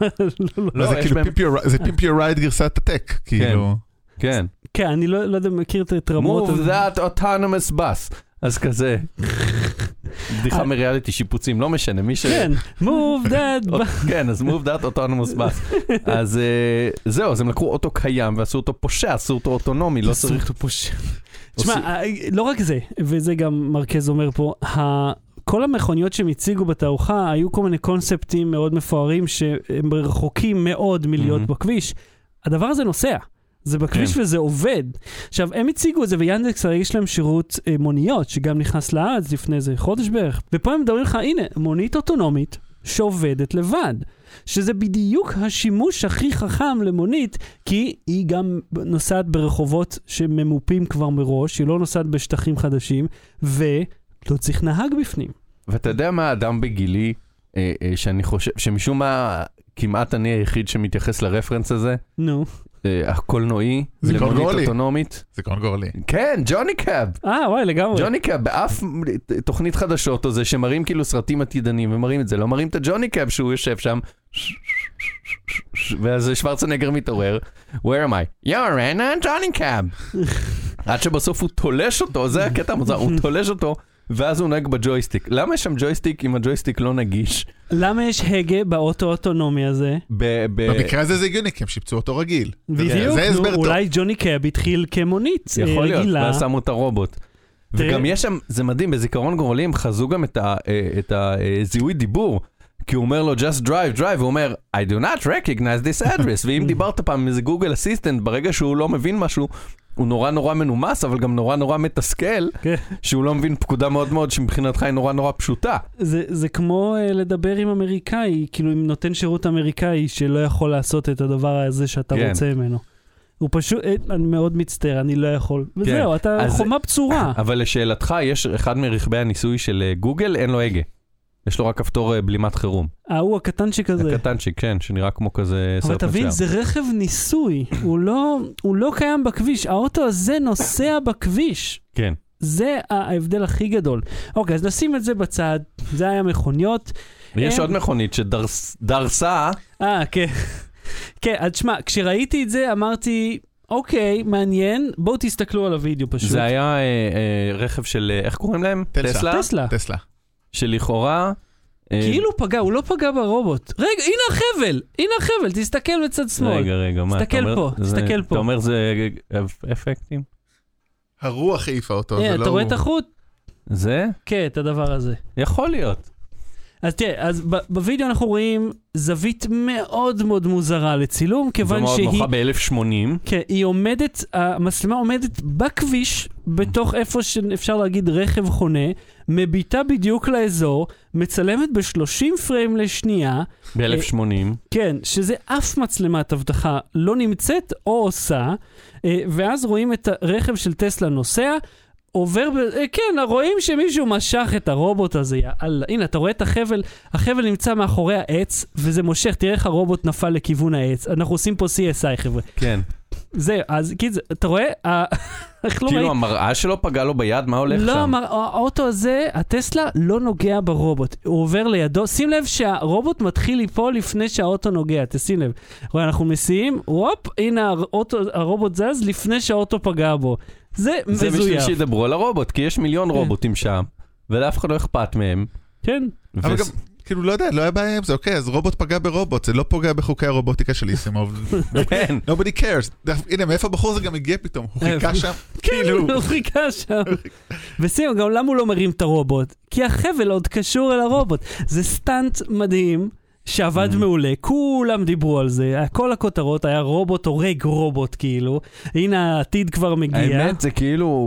C: זה פימפי רייד גרסת הטק, כאילו.
B: כן.
A: כן, אני לא יודע, מכיר את רמות.
B: Move that autonomous bus. אז כזה. בדיחה מריאליטי, שיפוצים, לא משנה, מי ש...
A: כן, move that.
B: כן, אז move that autonomous bus. אז זהו, אז הם לקחו אוטו קיים, ועשו אותו פושע, עשו אותו אוטונומי, לא צריך...
A: עשו אותו פושע. תשמע, לא רק זה, וזה גם מרכז אומר פה, כל המכוניות שהם הציגו בתערוכה, היו כל מיני קונספטים מאוד מפוארים, שהם רחוקים מאוד מלהיות בכביש. הדבר הזה נוסע. זה בכביש וזה עובד. עכשיו, הם הציגו את זה, ויאנדקס הרי יש להם שירות מוניות, שגם נכנס לארץ לפני איזה חודש בערך. ופה הם מדברים לך, הנה, מונית אוטונומית שעובדת לבד. שזה בדיוק השימוש הכי חכם למונית, כי היא גם נוסעת ברחובות שממופים כבר מראש, היא לא נוסעת בשטחים חדשים, ולא צריך נהג בפנים.
B: ואתה יודע מה האדם בגילי, שאני חושב, שמשום מה כמעט אני היחיד שמתייחס לרפרנס הזה?
A: נו.
B: הקולנועי, למונית אוטונומית.
C: זה קונגורלי.
B: כן, ג'וני קאב.
A: וואי, לגמרי.
B: ג'וני קאב, באף תוכנית חדשות או זה שמראים כאילו סרטים עתידנים ומראים את זה, לא מראים את הג'וני קאב שהוא יושב שם, ואז שוורצנגר מתעורר, where am I? You're in ג'וני קאב. עד שבסוף הוא תולש אותו, זה הקטע המוזר, הוא תולש אותו, ואז הוא נהג בג'ויסטיק. למה יש שם ג'ויסטיק אם הג'ויסטיק לא נגיש?
A: למה יש הגה באוטו אוטונומי הזה?
C: במקרה הזה זה הגיוני, כי הם שיפצו אותו רגיל.
A: בדיוק, אולי ג'וני קאב התחיל כמונית רגילה.
B: יכול להיות, ואז שמו את הרובוט. וגם יש שם, זה מדהים, בזיכרון גורלי הם חזו גם את הזיהוי דיבור. כי הוא אומר לו, just drive, הוא אומר, I do not recognize this address. ואם דיברת פעם איזה גוגל אסיסטנט, ברגע שהוא לא מבין משהו, הוא נורא נורא מנומס, אבל גם נורא נורא מתסכל, שהוא לא מבין פקודה מאוד מאוד, שמבחינתך היא נורא נורא פשוטה.
A: זה כמו לדבר עם אמריקאי, כאילו עם נותן שירות אמריקאי, שלא יכול לעשות את הדבר הזה שאתה רוצה ממנו. הוא פשוט, אני מאוד מצטער, אני לא יכול. וזהו, אתה חומה בצורה.
B: אבל לשאלתך, יש אחד מרכבי הניסוי של גוגל, אין לו הגה. יש לו רק כפתור בלימת חירום.
A: הוא הקטנצ'יק הזה.
B: הקטנצ'יק, כן, שנראה כמו כזה סרט
A: אבל תבין, זה רכב ניסוי. הוא לא קיים בכביש. האוטו הזה נוסע בכביש.
B: כן.
A: זה ההבדל הכי גדול. אוקיי, אז נשים את זה בצד. זה היה מכוניות.
B: ויש עוד מכונית שדרסה.
A: כן. כן, אז שמה, כשראיתי את זה אמרתי, אוקיי, מעניין, בואו תסתכלו על הוידאו פשוט.
B: זה היה רכב של, איך קוראים להם?
C: טסלה.
B: שלכאורה...
A: כאילו פגע, הוא לא פגע ברובוט. רגע, הנה החבל, תסתכל בצד שמאל.
B: רגע, מה?
A: תסתכל פה.
B: אתה אומר זה אפקטים?
C: הרוח העיפה אותו, זה לא...
A: אתה רואה את החוט?
B: זה?
A: כן, את הדבר הזה.
B: יכול להיות.
A: אז תראה, אז בווידאו אנחנו רואים זווית מאוד מאוד מוזרה לצילום, כיוון שהיא...
B: ומאוד נוחה ב-1080.
A: כן, היא עומדת, המצלמה עומדת בכביש, בתוך איפה שאפשר להגיד רכב חונה, מביטה בדיוק לאזור, מצלמת ב-30 פריים לשנייה.
B: ב-1080.
A: כן, שזה אף מצלמת אבטחה לא נמצאת או עושה, ואז רואים את הרכב של טסלה נוסע, עובר, כן, רואים שמישהו משך את הרובוט הזה, יאללה. הנה, אתה רואה את החבל נמצא מאחורי העץ, וזה מושך, תראה איך הרובוט נפל לכיוון העץ. אנחנו עושים פה CSI, חבר'ה.
B: כן.
A: זה, אז אתה רואה,
B: כאילו המראה שלו פגע לו ביד, מה הולך שם?
A: לא, האוטו הזה, הטסלה לא נוגע ברובוט. הוא עובר לידו, שים לב שהרובוט מתחיל ליפול לפני שהאוטו נוגע, תשים לב. רואה, אנחנו מסיעים, וופ, הנה הרובוט זז לפני שהאוטו פגע בו. זה מזויף.
B: זה בשביל שידברו על הרובוט, כי יש מיליון רובוטים שם, ולאף אחד לא אכפת מהם.
A: כן.
C: אבל גם, כאילו, לא יודע, לא היה בעיה עם זה, אוקיי, אז רובוט פגע ברובוט, זה לא פוגע בחוקי הרובוטיקה של איסימוב.
B: כן.
C: Nobody cares. הנה, מאיפה הבחור זה גם הגיע פתאום? הוא חיכה שם?
A: כן, הוא חיכה שם. ושימו, גם למה הוא לא מרים את הרובוט? כי החבל עוד קשור אל הרובוט. זה סטנט מדהים. שעבד מעולה, כולם דיברו על זה, כל הכותרות היה רובוט הורג רובוט כאילו, הנה העתיד כבר מגיע.
B: האמת זה כאילו,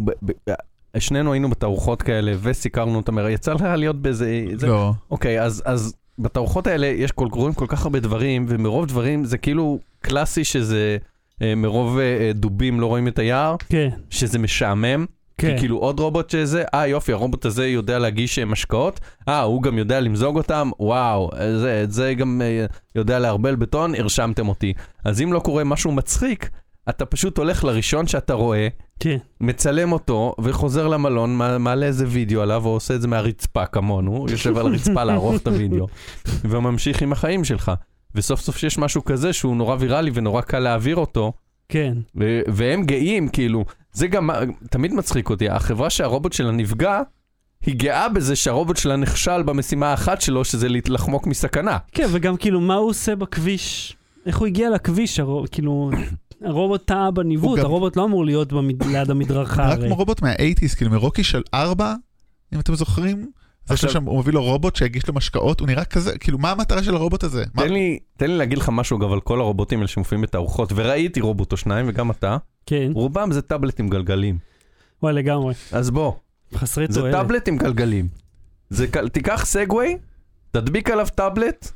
B: שנינו היינו בתערוכות כאלה וסיקרנו אותם, יצא לך להיות באיזה...
C: לא.
B: אוקיי, אז בתערוכות האלה יש קוראים כל כך הרבה דברים, ומרוב דברים זה כאילו קלאסי שזה מרוב דובים לא רואים את היער, שזה משעמם. כי כאילו עוד רובוט שזה, יופי, הרובוט הזה יודע להגיש משקאות, הוא גם יודע למזוג אותם, וואו, זה גם יודע להרבל בטון, הרשמתם אותי. אז אם לא קורה משהו מצחיק, אתה פשוט הולך לראשון שאתה רואה, מצלם אותו, וחוזר למלון, מעלה איזה וידאו עליו, ועושה את זה מהרצפה כמונו, יושב על הרצפה לערוך את הוידאו, וממשיך עם החיים שלך. וסוף סוף שיש משהו כזה, שהוא נורא ויראלי ונורא קל להעביר אותו,
A: כן.
B: והם גאים, כאילו, זה גם תמיד מצחיק אותי, החברה שהרובוט שלה נפגע, היא גאה בזה שהרובוט שלה נכשל במשימה האחת שלו, שזה לחמוק מסכנה.
A: כן, וגם כאילו, מה הוא עושה בכביש? איך הוא הגיע לכביש? כאילו, הרובוט טעה בניווט, הרובוט לא אמור להיות ליד המדרכה.
C: רק כמו רובוט מה-80s, כאילו, מרוקי של 4, אם אתם זוכרים, זה ששם הוא מביא לו רובוט שיגיש לו משקאות, הוא נראה כזה, כאילו, מה המטרה של הרובוט הזה?
B: תן לי להגיד לך משהו גם על כל הרובוטים האלה שמופיעים בתערוכות, וראיתי רובוט או שניים, וגם אתה.
A: כן.
B: רובם זה טאבלט עם גלגלים.
A: וואי, לגמרי.
B: אז בוא.
A: חסרי
B: זה
A: תועלת.
B: טאבלט עם גלגלים. תיקח סגווי, תדביק עליו טאבלט,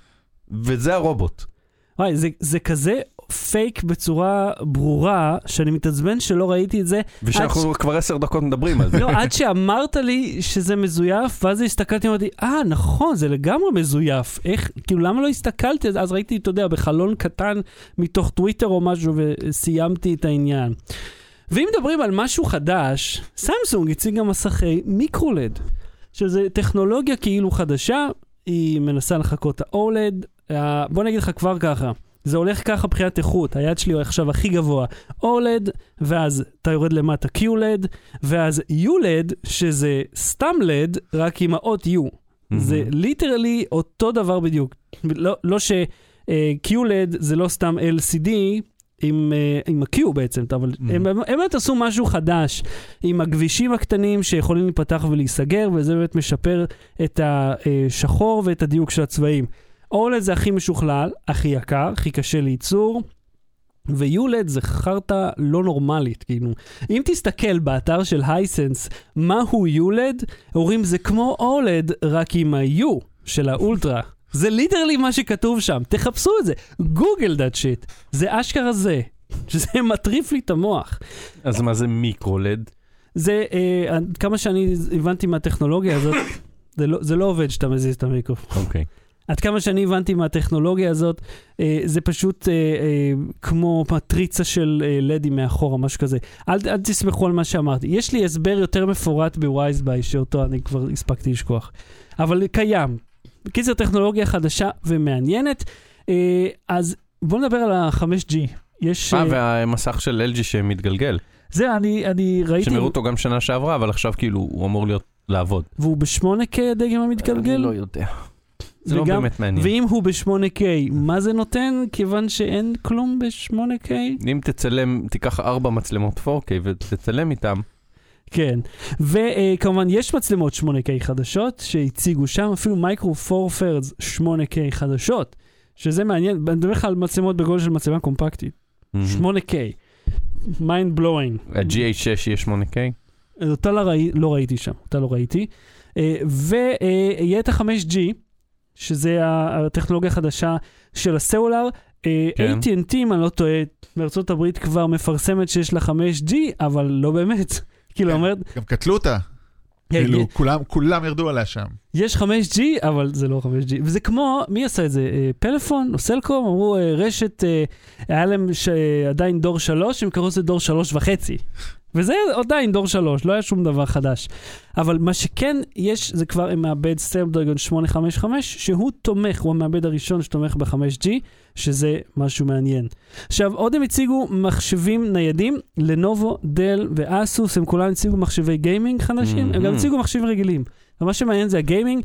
B: וזה הרובוט.
A: וואי, זה כזה פייק בצורה ברורה, שאני מתעצבן שלא ראיתי את זה.
B: ושאנחנו כבר 10 דקות מדברים על זה.
A: לא, עד שאמרת לי שזה מזויף, ואז הסתכלתי ואמרתי, נכון, זה לגמרי מזויף. איך, כאילו, למה לא הסתכלתי? אז ראיתי, אתה יודע, בחלון קטן מתוך טוויטר או משהו, וסיימתי את העניין. ואם מדברים על משהו חדש, סמסונג הציגה מסכי מיקרולד, שזה טכנולוגיה כאילו חדשה, היא מנסה לחכות ה-OLED, בוא נגיד לך כבר ככה, זה הולך ככה בחיית איכות, היד שלי הוא עכשיו הכי גבוה, OLED, ואז אתה יורד למטה QLED, ואז ULED, שזה סתם LED, רק עם האות U. זה ליטרלי אותו דבר בדיוק. לא ש-QLED זה לא סתם LCD, עם ה-Q בעצם, אבל הם באמת עשו משהו חדש, עם הכבישים הקטנים שיכולים להיפתח ולהיסגר, וזה באמת משפר את השחור ואת הדיוק של הצבעים. OLED זה הכי משוכלל, הכי יקר, הכי קשה לייצור, ו-ULED זה חרטה לא נורמלית, כאילו. אם תסתכל באתר של הייסנס, מהו ULED, אומרים זה כמו OLED, רק עם ה-U של האולטרה. זה ליטרלי מה שכתוב שם, תחפשו את זה, גוגל that shit, זה אשכרה זה, שזה מטריף לי את המוח.
B: אז מה זה מיקרולד?
A: זה, כמה שאני הבנתי מהטכנולוגיה הזאת, זה לא עובד שאתה מזיז את המיקרופון.
B: אוקיי.
A: עד כמה שאני הבנתי מהטכנולוגיה הזאת, זה פשוט כמו מטריצה של לדים מאחורה, משהו כזה. אל תסמכו על מה שאמרתי. יש לי הסבר יותר מפורט בווייזביי, שאותו אני כבר הספקתי לשכוח. אבל קיים. בקיצר, טכנולוגיה חדשה ומעניינת. אז בואו נדבר על ה-5G.
B: והמסך של LG שמתגלגל.
A: זה, אני ראיתי...
B: שמראו אותו גם שנה שעברה, אבל עכשיו כאילו הוא אמור לעבוד.
A: והוא ב-8K הדגם המתגלגל?
B: אני לא יודע. זה לא באמת מעניין.
A: ואם הוא ב-8K, מה זה נותן? כיוון שאין כלום ב-8K?
B: אם תצלם, תיקח 4 מצלמות 4K ותצלם איתם. כן.
A: וכמובן יש מצלמות 8K חדשות שהציגו שם, אפילו מייקרו פור פרדס 8K חדשות, שזה מעניין, אני מדבר לך על מצלמות בגודל של מצלמה קומפקטית. 8K. mind blowing.
B: ה-GH6 יהיה 8K?
A: אותה לא ראיתי שם, אותה לא ראיתי. ויהיה את ה-5G, שזה הטכנולוגיה החדשה של הסלולר. AT&T, אם אני לא טועה, בארצות הברית כבר מפרסמת שיש לה 5G, אבל לא באמת. כאילו אומרת...
C: גם קטלו אותה. כאילו, כולם ירדו עליה שם.
A: יש 5G, אבל זה לא 5G. וזה כמו, מי עשה את זה? פלאפון או סלקום? אמרו, רשת, היה להם עדיין דור 3, הם קראו לזה דור 3.5. וזה עדיין דור 3, לא היה שום דבר חדש. אבל מה שכן יש, זה כבר עם מעבד סנאפדרגון 855, שהוא תומך, הוא המעבד הראשון שתומך ב-5G, שזה משהו מעניין. עכשיו, עוד הם הציגו מחשבים ניידים, לנובו, דל ואסוס, הם כולם הציגו מחשבי גיימינג חדשים, הם גם הציגו מחשבים רגילים. ומה שמעניין זה הגיימינג,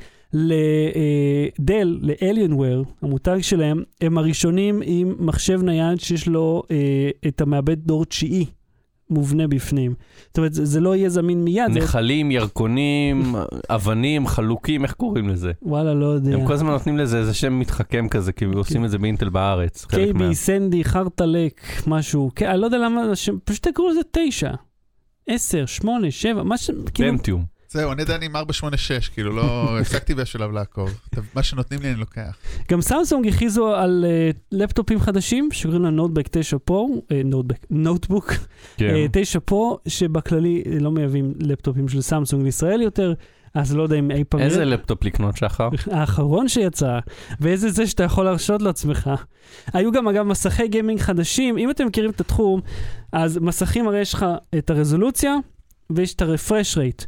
A: לדל, ל-Alienware, המותג שלהם, הם הראשונים עם מחשב נייד שיש לו את המעבד דור 9. מובנה בפנים. זאת אומרת, זה לא יהיה זמין מיד.
B: נחלים, ירקונים, אבנים, חלוקים, איך קוראים לזה?
A: וואלה, לא יודע.
B: הם כל הזמן נותנים לזה איזה שם מתחכם כזה, כי עושים את זה באינטל בארץ.
A: קייבי, סנדי, חרטלק, משהו. אני לא יודע למה, פשוט תקראו לזה 9, 10, 8, 7, משהו, כאילו...
B: פנטיום.
C: זהו, אני עדיין עם 486, כאילו לא הפסקתי בשלב לעקוב. מה שנותנים לי אני לוקח.
A: גם סמסונג הכריזו על לפטופים חדשים, שקוראים לה נוטבוק 9 פרו, נוטבוק 9 פרו, שבכללי לא מייבאים לפטופים של סמסונג לישראל יותר, אז לא יודע אם אי פעם...
B: איזה לפטופ לקנות שחר?
A: האחרון שיצא, ואיזה זה שאתה יכול להרשות לעצמך. היו גם אגב מסכי גיימינג חדשים, אם אתם מכירים את התחום, אז מסכים הרי יש לך את הרזולוציה, ויש את הרפרש רייט.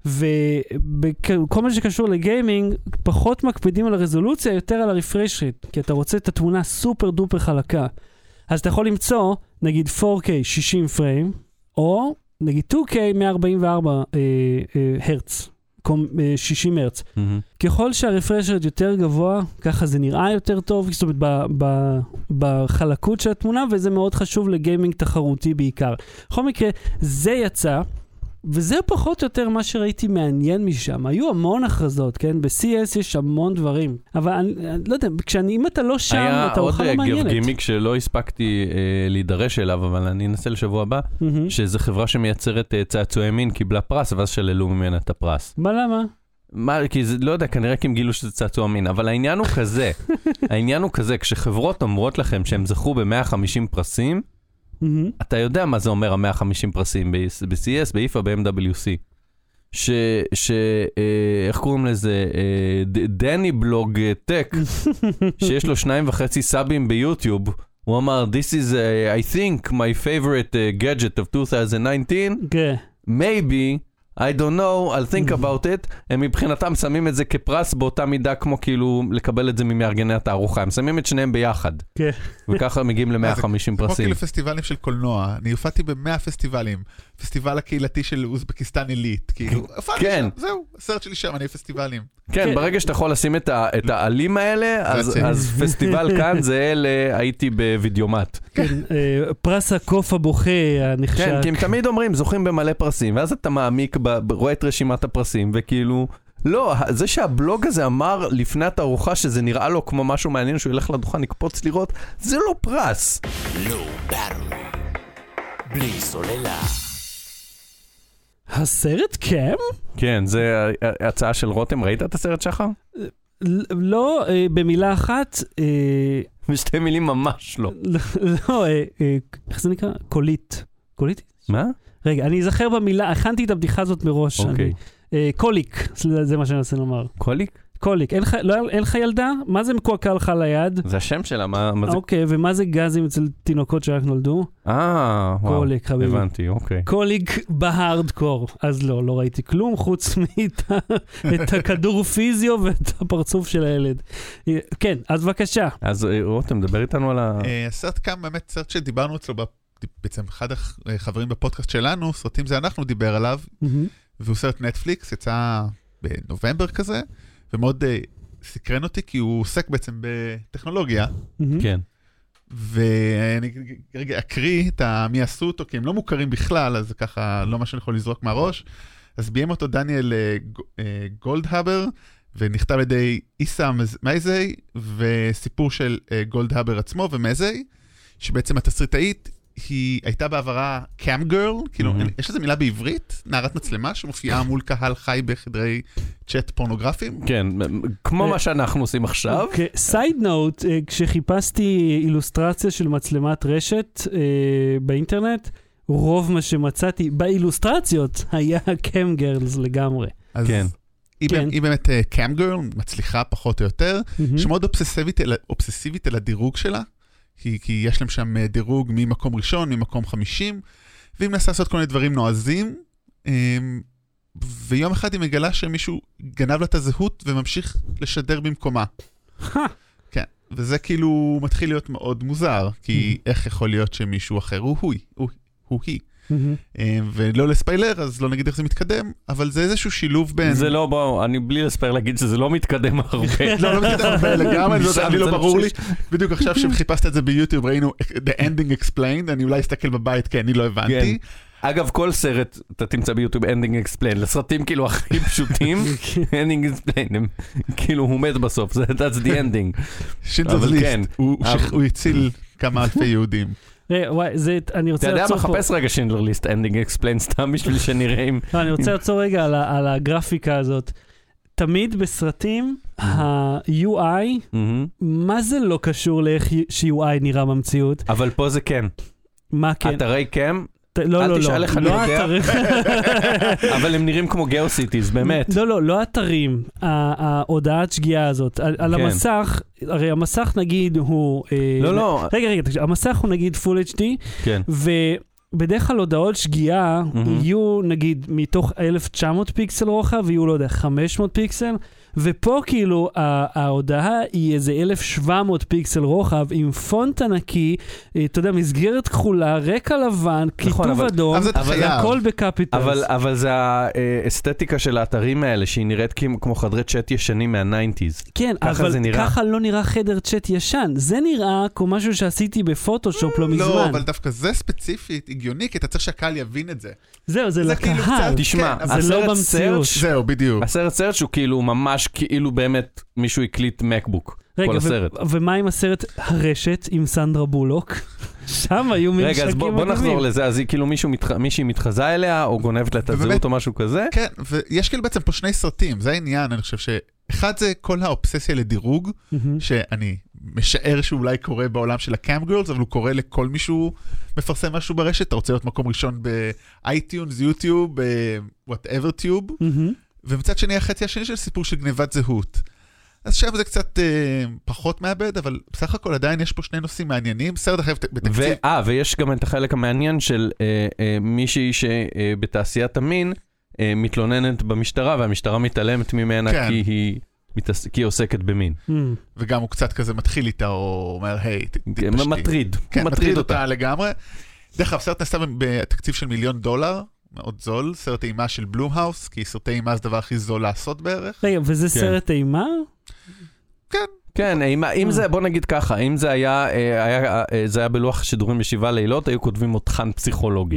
A: וכל מה שקשור לגיימינג, פחות מקפידים על הרזולוציה, יותר על הרפרש רייט, כי אתה רוצה את התמונה סופר דופר חלקה. אז אתה יכול למצוא, נגיד 4K 60 פריים, או נגיד 2K 144 הרץ, 60 הרץ. ככל שהרפרש רייט יותר גבוה, ככה זה נראה יותר טוב, זאת אומרת, בחלקות של התמונה, וזה מאוד חשוב לגיימינג תחרותי בעיקר. בכל מקרה, זה יצא, וזה פחות או יותר מה שראיתי מעניין משם. היו המון הכרזות, כן? ב-CS יש המון דברים. אבל אני לא יודע, אם אתה לא שם, אתה אוכל לא מעניינת.
B: היה עוד גימיק שלא הספקתי להידרש אליו, אבל אני אנסה לשבוע הבא, שזו חברה שמייצרת צעצועי מין, קיבלה פרס, ואז שללו ממנה את הפרס.
A: מה, למה?
B: כי זה, לא יודע, כנראה כי הם גילו שזה צעצוע מין, אבל העניין הוא כזה, כשחברות אומרות לכם שהם זכו ב-150 פרסים, אתה יודע מה זה אומר ה-150 פרסים ב-CS, ב-IFA, ב-MWC. איך קוראים לזה? דני בלוג טק, שיש לו 2.5 סאבים ביוטיוב, הוא אמר, this is, I think, my favorite gadget of 2019, maybe, I don't know, I'll think about it. הם מבחינתם שמים את זה כפרס באותה מידה כמו כאילו לקבל את זה ממארגני התערוכה. הם שמים את שניהם ביחד. וככה מגיעים ל-150 פרסים.
C: כמו כאילו פסטיבלים של קולנוע. אני הופעתי ב-100 פסטיבלים. פסטיבל הקהילתי של אוזבקיסטן עילית. כאילו, הופעתי שם, זהו, הסרט שלי שם, אני פסטיבלים.
B: כן, ברגע שאתה יכול לשים את העלים האלה, אז פסטיבל כאן זה הייתי בווידאומט.
A: כן, פרס הקוף הבוכה הנחשק.
B: כן, כי הם תמיד אומרים, זוכים במלא פרסים, ואז אתה מעמיק, רואה את רשימת הפרסים, וכאילו, לא, זה שהבלוג הזה אמר לפני התערוכה שזה נראה לו כמו משהו מעניין, שהוא ילך לדוכן, נקפוץ לראות, זה לא פרס.
D: לא ברור. בלי סוללה.
A: הסרט קם?
B: כן, זה הצעה של רותם. ראית את הסרט שחר?
A: לא, במילה אחת.
B: בשתי מילים ממש לא.
A: לא, איך זה נקרא? קולית. קולית?
B: מה?
A: רגע, אני אזכר במילה, הכנתי את הבדיחה הזאת מראש.
B: אוקיי.
A: קוליק, זה מה שאני רוצה לומר.
B: קוליק?
A: קוליק. אין לך ילדה? מה זה מקועקע לך ליד?
B: זה השם שלה, מה זה?
A: אוקיי, ומה זה גזים אצל תינוקות שרק נולדו?
B: וואו.
A: קוליק, חביבי.
B: הבנתי, אוקיי.
A: קוליק בהארדקור. אז לא ראיתי כלום, חוץ את הכדור פיזיו ואת הפרצוף של הילד. כן, אז בבקשה.
B: אז רותם, מדבר איתנו על
C: הסרט קם באמת סרט שדיברנו אצלו, בעצם אחד החברים בפודקאסט שלנו, סרטים זה אנחנו דיבר עליו, והוא סרט נטפליקס, יצא בנובמבר כזה, ומאוד סקרן אותי, כי הוא עוסק בעצם בטכנולוגיה.
B: כן.
C: ואני רגע אקריא את מי עשו אותו, כי הם לא מוכרים בכלל, אז ככה לא מה שאני יכול לזרוק מהראש. אז ביים אותו דניאל גולדהבר, ונכתב על ידי איסה מייזי, וסיפור של גולדהבר עצמו ומייזי, שבעצם התסריטאית היא הייתה בעברה קאם גרל, כאילו, יש איזו מילה בעברית, נערת מצלמה שמופיעה מול קהל חי בחדרי צ'אט פורנוגרפיים.
B: כן, כמו מה שאנחנו עושים עכשיו.
A: סייד נוט, כשחיפשתי אילוסטרציה של מצלמת רשת באינטרנט, רוב מה שמצאתי באילוסטרציות היה קאם גרלס לגמרי.
B: כן.
C: היא באמת קאם גרל, מצליחה פחות או יותר, שמאוד אובססיבית אל הדירוג שלה, כי יש להם שם דירוג ממקום ראשון, ממקום 50, והיא מנסה לעשות כל מיני דברים נועזים, ויום אחד היא מגלה שמישהו גנב לה את הזהות וממשיך לשדר במקומה. כן, וזה כאילו מתחיל להיות מאוד מוזר, כי איך יכול להיות שמישהו אחר הוא היא. ולא לספיילר, אז לא נגיד איך זה מתקדם, אבל זה איזשהו שילוב בין...
B: זה לא, בואו, אני בלי לספיילר להגיד שזה לא מתקדם הרבה.
C: לא מתקדם הרבה לגמרי, זה לא ברור לי. בדיוק עכשיו שחיפשת את זה ביוטיוב, ראינו The Ending Explained, אני אולי אסתכל בבית, כי אני לא הבנתי.
B: אגב, כל סרט אתה תמצא ביוטיוב Ending Explained, לסרטים כאילו הכי פשוטים, Ending Explained, כאילו הוא מת בסוף, that's the ending.
C: שינדלר's ליסט, הוא הציל כמה אלפי יהודים.
A: וואי, אני רוצה
B: לעצור פה. אתה יודע מה, חפש רגע שינדלר ליסט, אנדינג אקספליין, סתם בשביל שנראה אם...
A: אני רוצה לעצור רגע על הגרפיקה הזאת. תמיד בסרטים, ה-UI, מה זה לא קשור לאיך ש-UI נראה במציאות?
B: אבל פה זה כן.
A: מה כן?
B: אתרי קם?
A: לא
B: תשאל איך אני יודע. אבל הם נראים כמו גיאוסיטיז, באמת.
A: לא אתרים. ההודעת שגיאה הזאת. על המסך, הרי המסך נגיד הוא...
B: לא.
A: רגע, המסך הוא נגיד Full HD, ובדרך כלל הודעות שגיאה יהיו נגיד מתוך 1900 פיקסל רוחב, ויהיו לא יודע 500 פיקסל, ופה כאילו ההודעה היא איזה 1700 פיקסל רוחב עם פונט ענקי, אתה יודע, מסגרת כחולה, רקע לבן, כיתוב אדום, אבל הכל בקפיטלס.
B: אבל זה האסתטיקה של האתרים האלה, שהיא נראית כמו חדרי צ'אט ישנים מה-90s.
A: כן, אבל ככה לא נראה חדר צ'אט ישן. זה נראה כמו משהו שעשיתי בפוטושופ לא מזמן.
C: לא, אבל דווקא זה ספציפית, הגיוני, כי אתה צריך שהקהל יבין את זה.
A: זהו, זה לקהל.
B: תשמע,
A: זה לא במציאות.
C: זהו, בדיוק.
B: הסרט סרט שהוא כאילו ממש כאילו באמת מישהו הקליט מקבוק.
A: רגע, ומה עם הסרט הרשת עם סנדרה בולוק? שם היו ממשקים.
B: רגע, אז בוא נחזור לזה, אז כאילו מישהי מתחזה אליה, או גונבת לה את הזהות או משהו כזה?
C: כן, ויש כאילו בעצם פה שני סרטים, זה העניין, אני חושב שאחד זה כל האובססיה לדירוג, שאני משער שאולי קורה בעולם של הקאם גרלס, אבל הוא קורא לכל מישהו מפרסם משהו ברשת, אתה רוצה להיות מקום ראשון באייטיונס, יוטיוב, whatever טיוב, ומצד שני החצי השני של סיפור של גניבת זהות. אז שם זה קצת פחות מאבד, אבל בסך הכל עדיין יש פה שני נושאים מעניינים, סרט אחר בתקציב.
B: ויש גם את החלק המעניין של מישהי שבתעשיית המין מתלוננת במשטרה, והמשטרה מתעלמת ממנה כי היא עוסקת במין.
C: וגם הוא קצת כזה מתחיל איתה, או אומר, היי,
B: מטריד.
C: כן, מטריד אותה לגמרי. דרך אגב, סרט נסע בתקציב של $1,000,000, מאוד זול, סרט אימה של בלומהאוס, כי סרטי אימה זה דבר הכי זול לעשות בערך.
A: רגע, וזה סרט אימה?
C: כן.
B: כן, אם זה, בוא נגיד ככה, אם זה היה בלוח שידורים ב7 לילות, היו כותבים מותחן פסיכולוגי.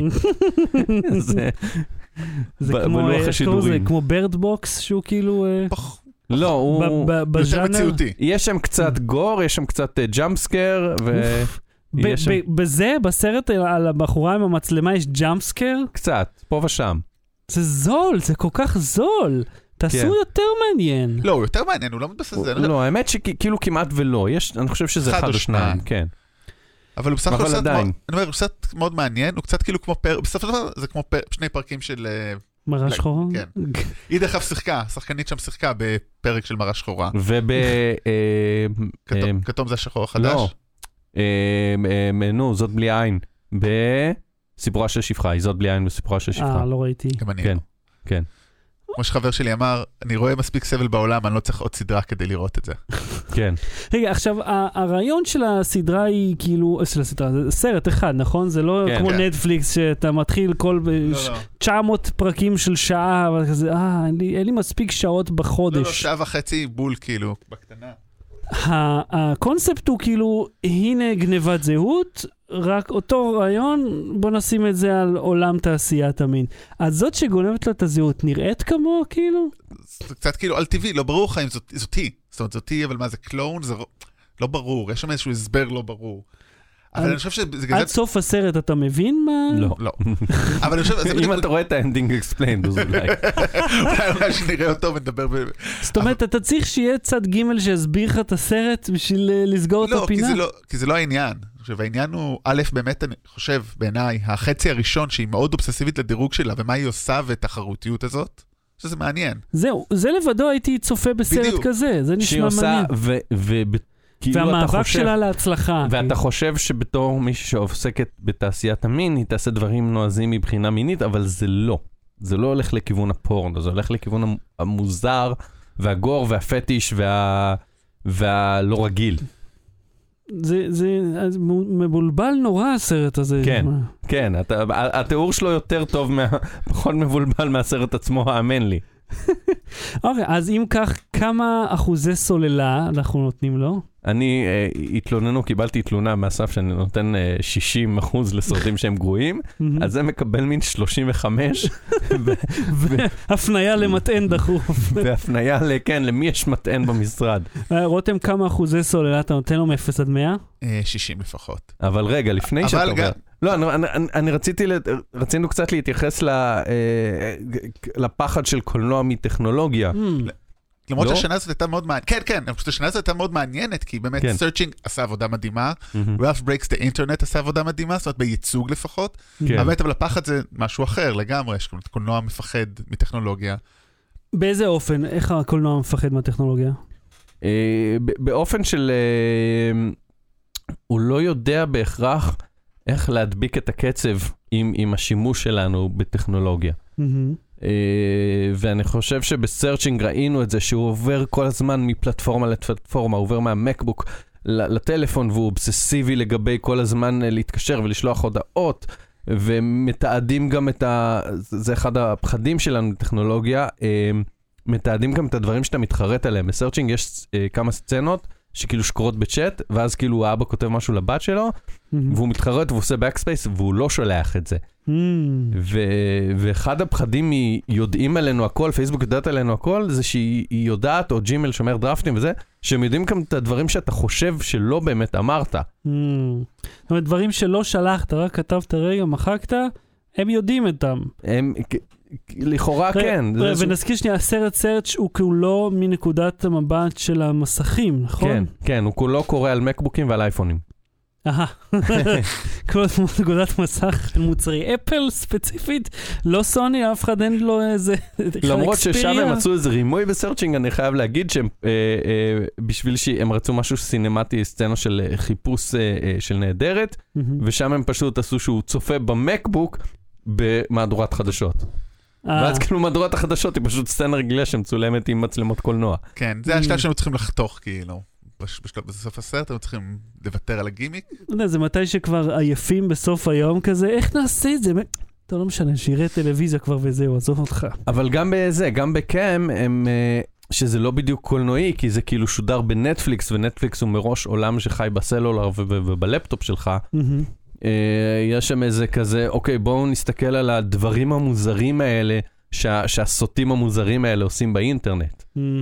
A: זה כמו בירד בוקס, שהוא כאילו...
B: לא, הוא...
C: יותר מציאותי.
B: יש שם קצת גור, יש שם קצת ג'אמפסקר,
A: בזה, בסרט על הבחורה עם המצלמה, יש ג'אמפסקר?
B: קצת, פה ושם.
A: זה זול, זה כל כך זול. תעשו יותר מעניין.
C: לא, הוא יותר מעניין, הוא לא מתבסס על זה.
B: לא, האמת שכאילו כמעט ולא. אני חושב שזה אחד או שניים, כן.
C: אבל הוא בסך הכל סרט מאוד מעניין, הוא קצת כאילו כמו בסוף הדבר, זה כמו שני פרקים של...
A: מראה שחורה?
C: כן. היא דרך אגב שיחקה, שחקנית שם שיחקה בפרק של מראה שחורה. כתום זה השחור החדש?
B: נו, זאת בלי עין. בסיפורה של שפחה, היא זאת בלי עין בסיפורה של שפחה.
A: לא ראיתי.
C: גם אני.
B: כן.
C: כמו שחבר שלי אמר, אני רואה מספיק סבל בעולם, אני לא צריך עוד סדרה כדי לראות את זה.
B: כן.
A: רגע, עכשיו, הרעיון של הסדרה היא כאילו, של הסדרה, זה סרט אחד, נכון? זה לא כמו נטפליקס, שאתה מתחיל כל 900 פרקים של שעה, וכזה, אין לי מספיק שעות בחודש.
C: לא, שעה וחצי בול כאילו, בקטנה.
A: הקונספט הוא כאילו, הנה גניבת זהות, רק אותו רעיון, בוא נשים את זה על עולם תעשיית המין. אז זאת שגונבת לה את הזהות, נראית כמו כאילו?
C: זה קצת כאילו על טבעי, לא ברור לך אם זאתי. זאת אומרת, זאתי, אבל מה זה קלון? זה לא ברור, יש שם איזשהו הסבר לא ברור. אבל אני חושב שזה...
A: עד סוף הסרט אתה מבין מה?
B: לא.
C: אבל אני חושב...
B: אם אתה רואה את האנדינג אקספליינד, אז אולי.
C: אולי שנראה אותו ונדבר...
A: זאת אומרת, אתה צריך שיהיה צד ג' שיסביר לך את הסרט בשביל לסגור את הפינה?
C: לא, כי זה לא העניין. עכשיו, העניין הוא, א', באמת אני חושב, בעיניי, החצי הראשון שהיא מאוד אובססיבית לדירוג שלה, ומה היא עושה והתחרותיות הזאת, שזה מעניין.
A: זהו, זה לבדו הייתי צופה בסרט כזה, זה נשמע מעניין. והמאבק שלה להצלחה.
B: ואתה חושב שבתור מישהו שעוסקת בתעשיית המין, היא תעשה דברים נועזים מבחינה מינית, אבל זה לא. זה לא הולך לכיוון הפורנו, זה הולך לכיוון המוזר, והגור, והפטיש, והלא רגיל.
A: זה מבולבל נורא הסרט הזה.
B: כן, התיאור שלו יותר טוב, פחות מבולבל מהסרט עצמו, האמן לי.
A: אוקיי, אז אם כך, כמה אחוזי סוללה אנחנו נותנים לו?
B: אני קיבלתי תלונה מהסף שאני נותן 60% לסרטים שהם גרועים, אז זה מקבל מין 35.
A: והפניה למטען דחוף.
B: והפניה למי יש מטען במשרד.
A: רותם, כמה אחוזי סוללה אתה נותן לו מ-0 עד 100?
C: 60 לפחות.
B: אבל רגע, לפני שאתה אומר... לא, רצינו קצת להתייחס לפחד של קולנוע מטכנולוגיה.
C: למרות שהשנה הזאת הייתה מאוד מעניינת, כן, השנה הזאת הייתה מאוד מעניינת, כי באמת סרצ'ינג עשה עבודה מדהימה, Ralph Breaks the Internet עשה עבודה מדהימה, זאת אומרת בייצוג לפחות, אבל הפחד זה משהו אחר לגמרי, יש קולנוע מפחד מטכנולוגיה.
A: באיזה אופן? איך הקולנוע מפחד מהטכנולוגיה?
B: באופן של... הוא לא יודע בהכרח איך להדביק את הקצב עם השימוש שלנו בטכנולוגיה. ואני חושב שבסרצ'ינג ראינו את זה, שהוא עובר כל הזמן מפלטפורמה לפלטפורמה, הוא עובר מהמקבוק לטלפון, והוא אובססיבי לגבי כל הזמן להתקשר ולשלוח הודעות, ומתעדים גם זה אחד הפחדים שלנו בטכנולוגיה, מתעדים גם את הדברים שאתה מתחרט עליהם. בסרצ'ינג יש כמה סצנות, שכאילו שקורות בצ'אט, ואז כאילו האבא כותב משהו לבת שלו, והוא מתחרט והוא עושה backspace, והוא לא שולח את זה. ואחד הפחדים יודעים עלינו הכל, פייסבוק יודעת עלינו הכל, זה שהיא יודעת, או ג'ימל שומר דרפטים וזה, שהם יודעים גם את הדברים שאתה חושב שלא באמת אמרת.
A: זאת אומרת, דברים שלא שלחת, רק כתבת רגע, מחקת, הם יודעים אותם.
B: הם, לכאורה כן.
A: ונזכיר שנייה, הסרט הוא כולו מנקודת המבט של המסכים, נכון?
B: כן, כן, הוא כולו קורא על מקבוקים ועל אייפונים.
A: כל נקודת מסך של מוצרי אפל ספציפית, לא סוני, אף אחד אין לו איזה
B: למרות ששם הם מצאו איזה רימוי בסרצ'ינג, אני חייב להגיד שהם בשביל שהם רצו משהו סינמטי, סצנה של חיפוש של נהדרת, ושם הם פשוט עשו שהוא צופה במקבוק במהדורת חדשות. ואז כאילו מהדורת החדשות היא פשוט סצנה רגילה שמצולמת עם מצלמות קולנוע.
C: כן, זה השלב שהם צריכים לחתוך כאילו. בסוף הסרט הם צריכים לוותר על הגימיק.
A: זה מתי שכבר עייפים בסוף היום כזה, איך נעשה את זה? אתה לא משנה, שירי טלוויזיה כבר וזהו, עזוב אותך.
B: אבל גם בזה, גם בקאם, שזה לא בדיוק קולנועי, כי זה כאילו שודר בנטפליקס, ונטפליקס הוא מראש עולם שחי בסלולר ובלפטופ שלך. יש שם איזה כזה, אוקיי, בואו נסתכל על הדברים המוזרים האלה, שהסוטים המוזרים האלה עושים באינטרנט.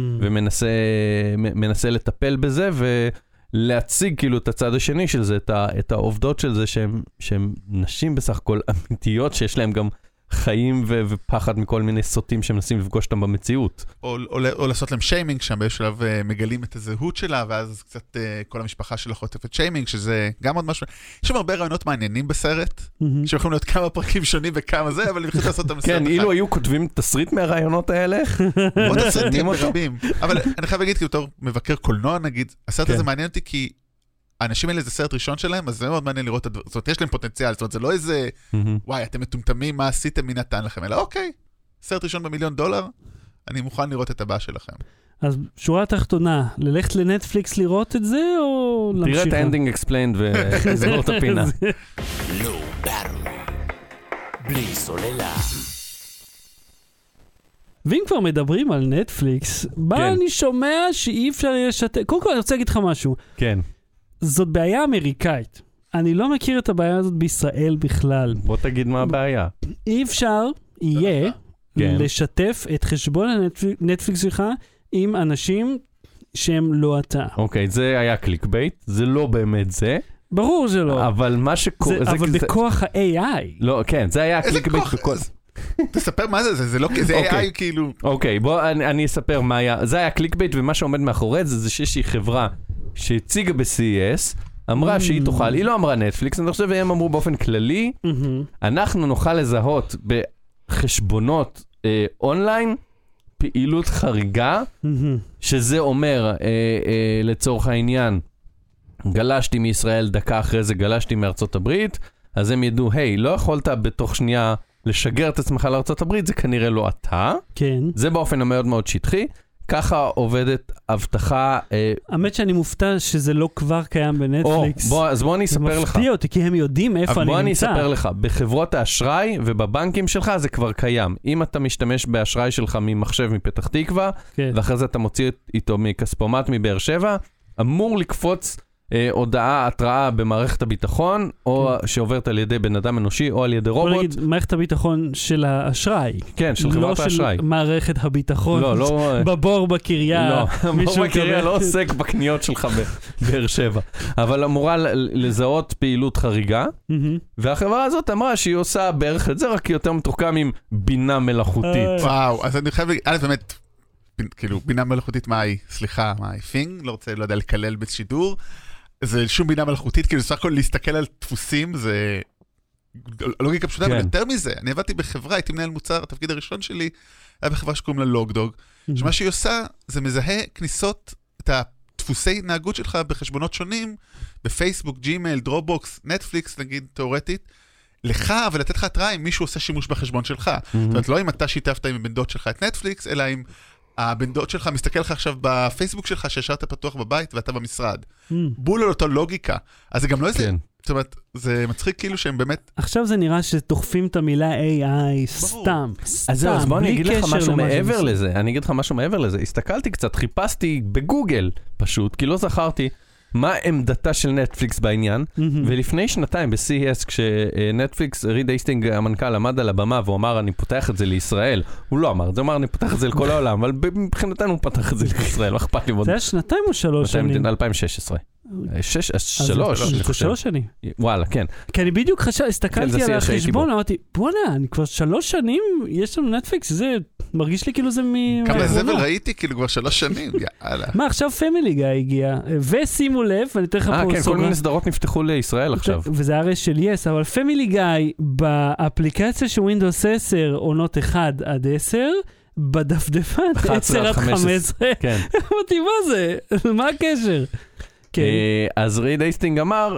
B: ומנסה לטפל בזה, ולהציג כאילו את הצד השני של זה, את העובדות של זה, שהן נשים בסך הכל אמיתיות, שיש להם גם חיים ופחד מכל מיני סוטים שמנסים לפגוש אותם במציאות.
C: או לעשות להם שיימינג, שם בשלב מגלים את הזהות שלה, ואז קצת כל המשפחה שלה חוטפת שיימינג, שזה גם עוד משהו. יש שם הרבה רעיונות מעניינים בסרט, שיכולים להיות כמה פרקים שונים וכמה זה, אבל הם יכולים לעשות אותם בסרט אחד.
B: כן, אילו היו כותבים תסריט מהרעיונות האלה.
C: עוד תסריטים רבים. אבל אני חייב להגיד, כי בתור מבקר קולנוע, נגיד, הסרט הזה מעניין אותי כי האנשים האלה זה סרט ראשון שלהם, אז זה מאוד מעניין לראות את הדבר. זאת אומרת, יש להם פוטנציאל, זאת אומרת, זה לא איזה, וואי, אתם מטומטמים, מה עשיתם, מי נתן לכם, אלא אוקיי, סרט ראשון $1,000,000, אני מוכן לראות את הבא שלכם.
A: אז שורה תחתונה, ללכת לנטפליקס לראות את זה, או להמשיך?
B: תראה את האנדינג אקספליינד ולסגור את הפינה.
D: לא ברור, בלי סוללה.
A: ואם כבר מדברים על נטפליקס, מה אני שומע שאי אפשר לשתף? קודם כל, אני רוצה להגיד לך משהו.
B: כן.
A: זאת בעיה אמריקאית. אני לא מכיר את הבעיה הזאת בישראל בכלל.
B: בוא תגיד מה הבעיה.
A: אי אפשר יהיה לשתף את חשבון הנטפליקס שלך עם אנשים שהם לא אתה.
B: אוקיי, זה היה קליק בייט, זה לא באמת זה.
A: ברור שלא.
B: אבל מה שקורה...
A: אבל בכוח ה-AI.
B: לא, כן, זה היה קליק בייט בכל...
C: תספר מה זה, זה לא כזה AI כאילו...
B: אוקיי, בוא אני אספר מה היה. זה היה קליק בייט, ומה שעומד מאחורי זה שיש חברה שהציגה ב-CES, אמרה שהיא תוכל, היא לא אמרה נטפליקס, אני חושב שהם אמרו באופן כללי, אנחנו נוכל לזהות בחשבונות אונליין, פעילות חריגה, שזה אומר, לצורך העניין, גלשתי מישראל דקה אחרי זה, גלשתי מארצות הברית, אז הם ידעו, היי, לא יכולת בתוך שנייה לשגר את עצמך לארצות הברית, זה כנראה לא אתה.
A: כן.
B: זה באופן המאוד מאוד שטחי. ככה עובדת הבטחה...
A: האמת שאני מופתע שזה לא כבר קיים בנטפליקס.
B: אז בוא אני אספר לך.
A: זה מפתיע אותי, כי הם יודעים איפה אני נמצא.
B: בוא אני אספר לך. בחברות האשראי ובבנקים שלך זה כבר קיים. אם אתה משתמש באשראי שלך ממחשב מפתח תקווה, ואחרי זה אתה מוציא איתו מכספומט מבאר שבע, אמור לקפוץ הודעה, התראה במערכת הביטחון, או שעוברת על ידי בן אדם אנושי, או על ידי רובוט.
A: בוא נגיד, מערכת הביטחון של האשראי.
B: כן, של חברת האשראי.
A: לא של מערכת הביטחון.
B: לא.
A: בבור בקריה.
B: לא, בבור בקריה לא עוסק בקניות שלך בבאר שבע. אבל אמורה לזהות פעילות חריגה, והחברה הזאת אמרה שהיא עושה בערך את זה, רק יותר מתוחכם עם בינה מלאכותית.
C: וואו, אז אני חייב להגיד, באמת, כאילו, בינה מלאכותית מה היא? סליחה, מה היא? פינג? לא יודע לקלל בשידור. זה שום בינה מלאכותית, כאילו סך הכל להסתכל על דפוסים, זה לוגיקה פשוטה, אבל יותר מזה, אני עבדתי בחברה, הייתי מנהל מוצר, התפקיד הראשון שלי היה בחברה שקוראים לה לוגדוג, שמה שהיא עושה, זה מזהה כניסות, את הדפוסי התנהגות שלך בחשבונות שונים, בפייסבוק, ג'ימייל, דרופבוקס, נטפליקס, נגיד, תיאורטית, לך, ולתת לך התראה אם מישהו עושה שימוש בחשבון שלך. זאת אומרת, לא אם אתה שיתפת עם בן דוד שלך את נטפליקס, אלא אם הבן דוד שלך מסתכל לך עכשיו בפייסבוק שלך, שישרת פתוח בבית ואתה במשרד. בול על אותו לוגיקה. אז זה גם לא איזה זאת אומרת, זה מצחיק כאילו שהם באמת...
A: עכשיו זה נראה שתוחפים את המילה AI סתם.
B: אז בוא אני אגיד לך משהו מעבר לזה. הסתכלתי קצת, חיפשתי בגוגל פשוט, כי לא זכרתי מה עמדתה של נטפליקס בעניין, ולפני שנתיים ב-CES, כשנטפליקס, ריד הייסטינג המנכ"ל עמד על הבמה, והוא אמר, אני פותח את זה לישראל. הוא לא אמר, זה אמר, אני פותח את זה לכל העולם, אבל מבחינתנו הוא פתח את זה לישראל, מה אכפת לי?
A: זה היה שנתיים או 3 שנים?
B: 2016.
A: 3 שנים.
B: וואלה, כן.
A: כי אני בדיוק הסתכלתי על החשבון, אמרתי, בוא'נה, אני כבר 3 שנים, יש לנו נטפליקס, זה מרגיש לי כאילו זה
C: כמה זבל ראיתי, כאילו כבר 3 שנים, יאללה.
A: מה, עכשיו פמילי גיא הגיע, ושימו לב, אני אתן לך פה
B: כן, כל מיני סדרות נפתחו לישראל עכשיו.
A: וזה הרי של יס, אבל פמילי גיא, באפליקציה של ווינדוס 10, עונות 1-10, בדפדפן 10-15.
B: כן.
A: אמרתי, מה זה? מה הקשר?
B: אז ריד הייסטינג אמר,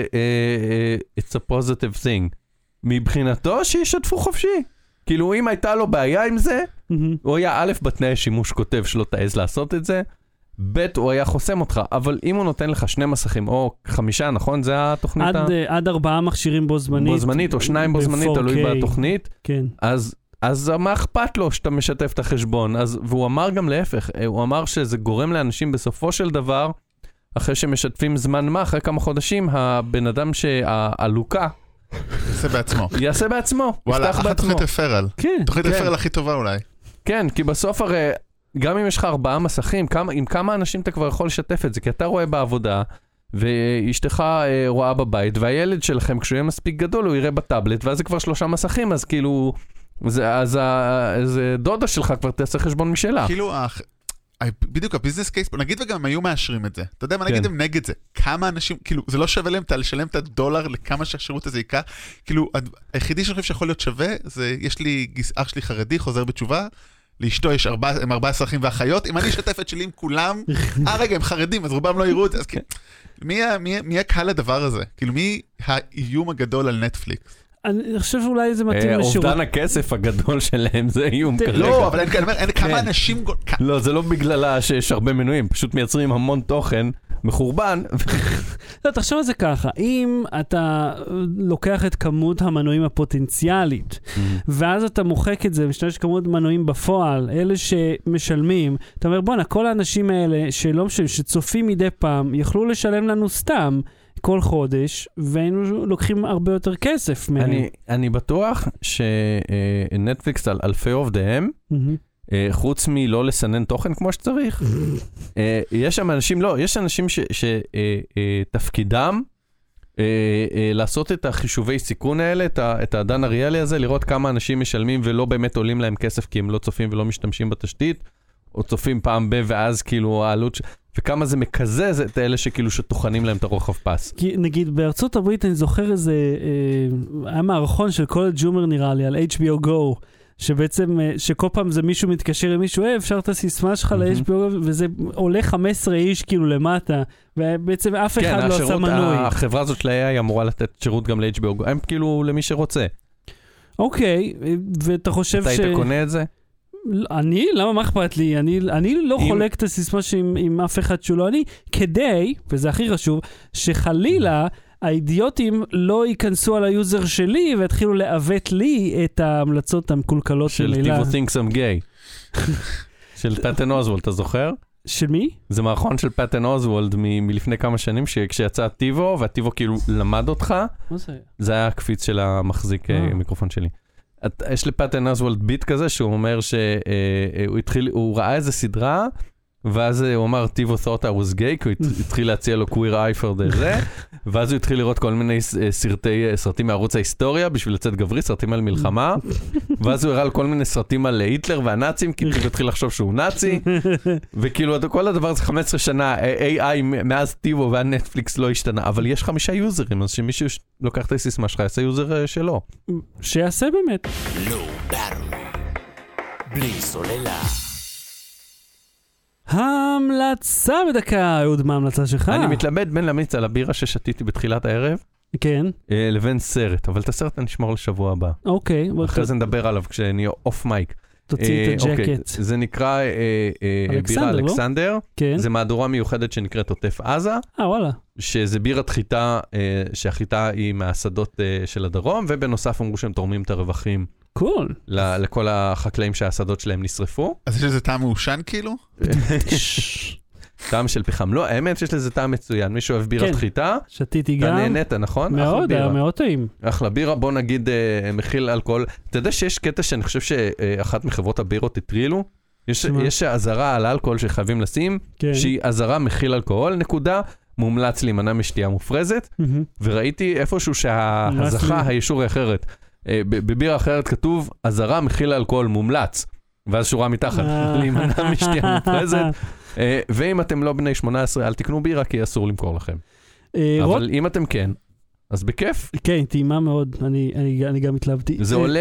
B: it's a positive thing. מבחינתו שישתפו חופשי. כאילו, אם הייתה לו בעיה עם זה, הוא היה א' בתנאי שימוש כותב שלא תעז לעשות את זה, ב' הוא היה חוסם אותך, אבל אם הוא נותן לך 2 מסכים, או 5, נכון? זה התוכנית?
A: עד 4 מכשירים בו זמנית.
B: בו זמנית, או 2 בו זמנית, תלוי בתוכנית.
A: כן.
B: אז מה אכפת לו שאתה משתף את החשבון? והוא אמר גם להפך, הוא אמר שזה גורם לאנשים בסופו של דבר, אחרי שמשתפים זמן מה, אחרי כמה חודשים, הבן אדם שהלוקה, יעשה בעצמו.
C: וואלה, אחת תוכנית רפרל.
A: כן.
C: תוכנית רפרל הכי טובה אולי.
B: כן, כי בסוף הרי, גם אם יש לך 4 מסכים, עם כמה אנשים אתה כבר יכול לשתף את זה? כי אתה רואה בעבודה, ואשתך רואה בבית, והילד שלכם, כשהוא יהיה מספיק גדול, הוא יראה בטאבלט, ואז זה כבר 3 מסכים, אז כאילו, אז דודה שלך כבר תעשה חשבון משלה.
C: כאילו, בדיוק הביזנס קייס, נגיד וגם הם היו מאשרים את זה. אתה יודע מה, נגיד הם נגד זה. כמה אנשים, כאילו, זה לא שווה להם לשלם את $1 לכמה שהשירות הזה ייקח. כאילו, היחידי שאני חושב שיכול להיות שווה, זה, יש לי, אח שלי חרדי, חוזר בתשובה, לאשתו יש 14 אחים ואחיות, אם אני אשתף את שלי עם כולם, רגע, הם חרדים, אז רובם לא יראו את זה, אז מי הקהל הדבר הזה? כאילו, מי האיום הגדול על נטפליקס?
A: אני חושב שאולי זה מתאים לשירות.
B: אובדן הכסף הגדול שלהם זה איום כרגע.
C: לא, אבל אני אומר, כמה אנשים...
B: לא, זה לא בגללה שיש הרבה מנויים, פשוט מייצרים המון תוכן מחורבן.
A: לא, תחשוב על זה ככה, אם אתה לוקח את כמות המנויים הפוטנציאלית, ואז אתה מוחק את זה, משתמש כמות מנויים בפועל, אלה שמשלמים, אתה אומר, בוא'נה, כל האנשים האלה שלא משלמים, שצופים מדי פעם, יכלו לשלם לנו סתם, כל חודש, והיינו לוקחים הרבה יותר כסף מהם.
B: אני בטוח שנטפליקס על אלפי עובדיהם, חוץ מלא לסנן תוכן כמו שצריך, יש שם אנשים, לא, יש אנשים שתפקידם לעשות את החישובי סיכון האלה, את הדן אריאלי הזה, לראות כמה אנשים משלמים ולא באמת עולים להם כסף, כי הם לא צופים ולא משתמשים בתשתית, או צופים פעם ואז כאילו העלות... וכמה זה מקזז את אלה שכאילו שתוכנים להם את הרוחב פס. כי
A: נגיד בארצות הברית אני זוכר איזה, היה מערכון של כל הג'ומר נראה לי, על HBO Go, שבעצם, שכל פעם זה מישהו מתקשר עם מישהו, אפשר את הסיסמה שלך ל-HBO Go, וזה עולה 15 איש כאילו למטה, ובעצם אף אחד לא עשה מנוי.
B: החברה הזאת של AI אמורה לתת שירות גם ל-HBO Go, הם כאילו למי שרוצה.
A: אוקיי, ואתה חושב
B: אתה היית קונה את זה?
A: אני? למה מה אכפת לי? אני לא חולק את הסיסמה עם אף אחד שהוא לא אני, כדי, וזה הכי חשוב, שחלילה האידיוטים לא ייכנסו על היוזר שלי והתחילו לעוות לי את ההמלצות המקולקלות
B: של טיבו thinks I'm gay. של פטן אוזוולד, אתה זוכר?
A: של מי?
B: זה מערכון של פטן אוזוולד מלפני כמה שנים, שכשיצא טיבו, והטיבו כאילו למד אותך,
A: מה זה?
B: זה היה הקפיץ של המחזיק מיקרופון שלי. יש לפטן אוזוולד ביט כזה, שהוא אומר שהוא ראה איזה סדרה, ואז הוא אמר, טיבו thought I was gay, כי הוא התחיל להציע לו queer eye for זה, ואז הוא התחיל לראות כל מיני סרטים מערוץ ההיסטוריה, בשביל לצאת גברי, סרטים על מלחמה, ואז הוא הראה כל מיני סרטים על היטלר והנאצים, כי הוא התחיל לחשוב שהוא נאצי, וכאילו כל הדבר הזה 15 שנה, AI מאז טיבו והנטפליקס לא השתנה, אבל יש 5 יוזרים, אז שמישהו לוקח את הסיסמה שלך, יעשה יוזר שלו.
A: שיעשה באמת.
D: בלי סוללה.
A: המלצה בדקה, אהוד, מה ההמלצה שלך?
B: אני מתלמד בין להמליץ על הבירה ששתיתי בתחילת הערב,
A: כן.
B: לבין סרט, אבל את הסרט אני אשמור לשבוע הבא.
A: אוקיי.
B: אחרי זה נדבר עליו כשנהיה אוף מייק.
A: תוציא את הג'קט.
B: זה נקרא בירה אלכסנדר.
A: כן.
B: זה מהדורה מיוחדת שנקראת עוטף עזה.
A: וואלה.
B: שזה בירת חיטה, שהחיטה היא מהשדות של הדרום, ובנוסף אמרו שהם תורמים את הרווחים.
A: קול.
B: לכל החקלאים שהשדות שלהם נשרפו.
C: אז יש לזה טעם מעושן כאילו?
B: טעם של פחם. לא, האמת שיש לזה טעם מצוין. מי שאוהב בירת חיטה,
A: שתיתי גם.
B: אתה נהנית, נכון?
A: מאוד, היה מאוד טעים.
B: אחלה בירה, בוא נגיד מכיל אלכוהול. אתה יודע שיש קטע שאני חושב שאחת מחברות הבירות הטרילו? יש עזרה על אלכוהול שחייבים לשים, שהיא עזרה מכיל אלכוהול, נקודה, מומלץ להימנע משתייה מופרזת, וראיתי איפשהו שההזכה הישור היא אחרת. בבירה אחרת כתוב, עזרה מכיל אלכוהול מומלץ, ואז שורה מתחת, להימנע משתייה מופרזת. ואם אתם לא בני 18, אל תקנו בירה, כי אסור למכור לכם. אבל אם אתם כן, אז בכיף.
A: כן, טעימה מאוד, אני גם התלהבתי.
B: זה עולה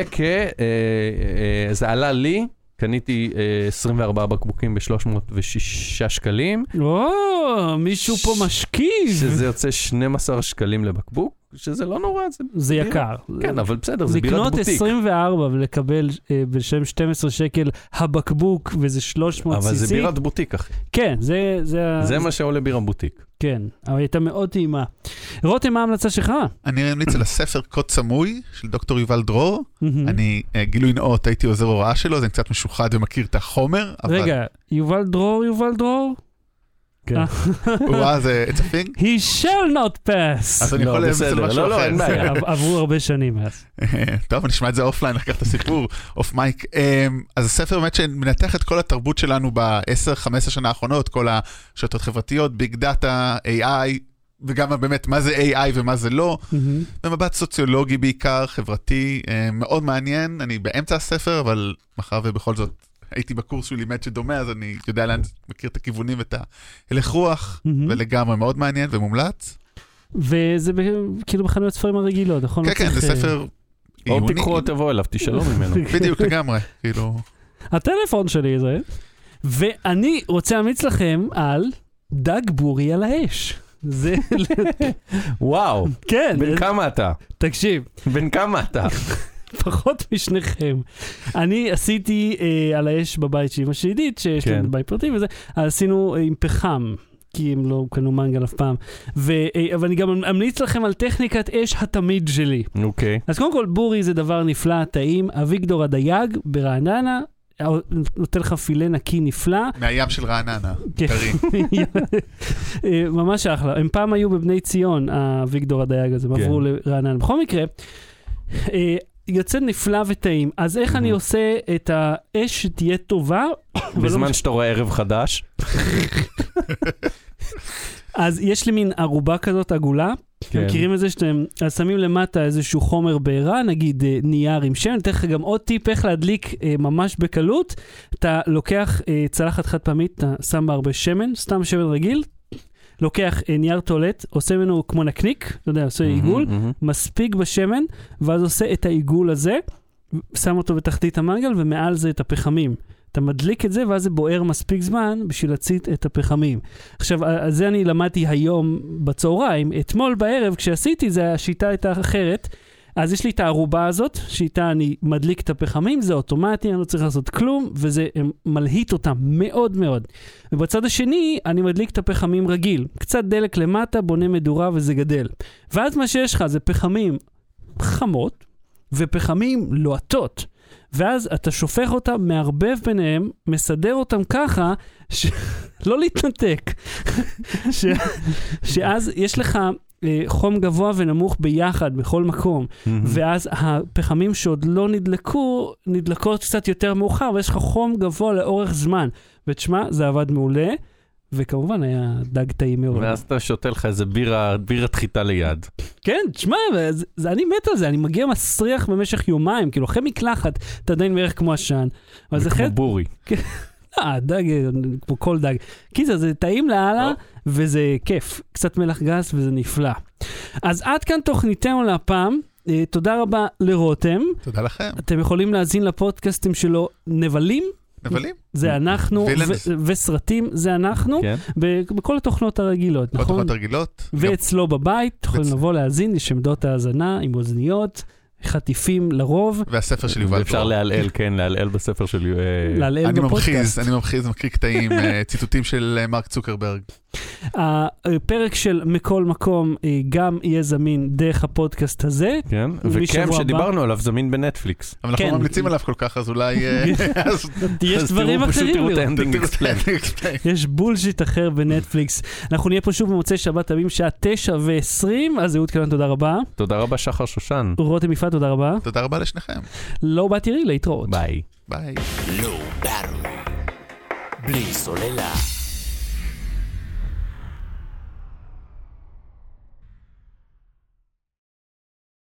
B: זה עלה לי, קניתי 24 בקבוקים ב-306 שקלים.
A: מישהו פה משקיב.
B: שזה יוצא 12 שקלים לבקבוק, שזה לא נורא.
A: זה יקר.
B: כן, אבל בסדר, זה בירת בוטיק.
A: לקנות 24 ולקבל בשם 12 שקל הבקבוק, וזה 300
B: אבל
A: cc.
B: זה בירת בוטיק, אחי.
A: כן,
B: זה מה שעולה בירת בוטיק.
A: כן, אבל הייתה מאוד טעימה. רותם, מה ההמלצה שלך?
C: אני ממליץ על הספר קוד סמוי של דוקטור יובל דרור. אני גילוי נאות, הייתי עוזר הוראה שלו, זה קצת משוחד ומכיר את החומר.
A: רגע, יובל דרור?
B: כן.
C: וואה, זה it's a thing?
A: He shall not pass.
C: אז אני יכול להמציא על משהו אחר.
B: אין בעיה.
A: עברו הרבה שנים אז.
C: טוב, נשמע את זה אופליין, לקח את הסיפור, אוף מייק. אז הספר באמת שמנתח את כל התרבות שלנו ב-10-15 שנה האחרונות, כל השרשתות חברתיות, ביג דאטה, AI, וגם באמת מה זה AI ומה זה לא. במבט סוציולוגי בעיקר, חברתי, מאוד מעניין. אני באמצע הספר, אבל מחר ובכל זאת, הייתי בקורס שהוא לימד שדומה, אז אני יודע לאן מכיר את הכיוונים ואת ההלך רוח, ולגמרי מאוד מעניין ומומלץ.
A: וזה כאילו בחנויות ספרים הרגילות, נכון?
C: כן, זה ספר
B: או תיקחו תבוא אליו, תשאלו ממנו.
C: בדיוק, לגמרי, כאילו.
A: הטלפון שלי זה, ואני רוצה להמליץ לכם על דג בורי על האש. זה...
B: וואו.
A: כן.
B: בן כמה אתה?
A: תקשיב.
B: בן כמה אתה?
A: פחות משניכם. אני עשיתי על האש בבית של אמא שלי עידית, שיש לנו בית פרטי וזה, עשינו עם פחם, כי הם לא קנו מנגל אף פעם. אבל אני גם אמליץ לכם על טכניקת אש התמיד שלי.
B: אוקיי.
A: אז קודם כל, בורי זה דבר נפלא, טעים. אביגדור הדייג ברעננה, נותן לך פילה נקי נפלא.
C: מהים של רעננה, קרי.
A: ממש אחלה. הם פעם היו בבני ציון, אביגדור הדייג הזה, הם עברו לרעננה. בכל מקרה, יוצא נפלא וטעים. אז איך אני עושה את האש שתהיה טובה?
B: בזמן שאתה רואה ערב חדש.
A: אז יש לי מין ערובה כזאת עגולה. מכירים את זה שאתם שמים למטה איזשהו חומר בעירה, נגיד נייר עם שמן. נתן לך גם עוד טיפ איך להדליק ממש בקלות. אתה לוקח צלחת חד פעמית, אתה שם בה הרבה שמן, סתם שמן רגיל, לוקח נייר טולט, עושה ממנו כמו נקניק, אתה יודע, עושה עיגול, מספיק בשמן, ואז עושה את העיגול הזה, שם אותו בתחתית המנגל, ומעל זה את הפחמים. אתה מדליק את זה, ואז זה בוער מספיק זמן, בשביל להצית את הפחמים. עכשיו, על זה אני למדתי היום בצהריים, אתמול בערב, כשעשיתי זה, השיטה הייתה אחרת, אז יש לי את הערובה הזאת, שאיתה אני מדליק את הפחמים, זה אוטומטי, אני לא צריך לעשות כלום, וזה מלהיט אותם מאוד מאוד. ובצד השני, אני מדליק את הפחמים רגיל. קצת דלק למטה, בונה מדורה וזה גדל. ואז מה שיש לך זה פחמים חמות, ופחמים לוהטות. ואז אתה שופך אותם, מערבב ביניהם, מסדר אותם ככה, לא להתנתק. שאז יש לך חום גבוה ונמוך ביחד בכל מקום, ואז הפחמים שעוד לא נדלקות קצת יותר מאוחר, ויש לך חום גבוה לאורך זמן. ותשמע, זה עבד מעולה, וכמובן היה דג טעים מאוד.
B: ואז אתה שותה לך איזה בירת חיטה ליד. כן,
A: תשמע, אני מת על זה, אני מגיע מסריח במשך יומיים, כאילו אחרי מקלחת, אתה עדיין מערך כמו עשן.
B: וכמו בורי.
A: דג, כמו כל דג. קיצר, זה טעים להלאה, וזה כיף. קצת מלח גס, וזה נפלא. אז עד כאן תוכניתנו להפעם. תודה רבה לרותם.
C: תודה לכם.
A: אתם יכולים להזין לפודקאסטים שלו נבלים.
C: נבלים?
A: זה אנחנו, וסרטים זה אנחנו, בכל התוכנות הרגילות, נכון?
C: התוכנות הרגילות.
A: ואצלו בבית, יכולים לבוא להזין, יש עמדות ההאזנה עם אוזניות, חטיפים לרוב.
C: והספר של יובל.
B: אפשר להעלל, כן, להעלל בספר של
A: להעלל בפודקאסט.
C: אני ממחיז, מקריא קטעים, ציטוטים של מרק צוקרברג.
A: הפרק של מכל מקום גם יהיה זמין דרך הפודקאסט הזה.
B: כן, וקם שדיברנו עליו זמין בנטפליקס.
C: אבל אנחנו ממליצים עליו כל כך, אז אולי...
A: יש דברים אחרים לראות.
B: פשוט
A: יש בולשיט אחר בנטפליקס. אנחנו נהיה פה שוב במוצאי שבת תמים שעה 9:20, אז אהוד קלן, תודה רבה.
B: תודה רבה שחר שושן.
A: רותם יפעת, תודה רבה.
C: תודה רבה לשניכם.
A: לא באתי להתראות.
B: ביי.
C: ביי.
D: לא ברור. בלי סוללה.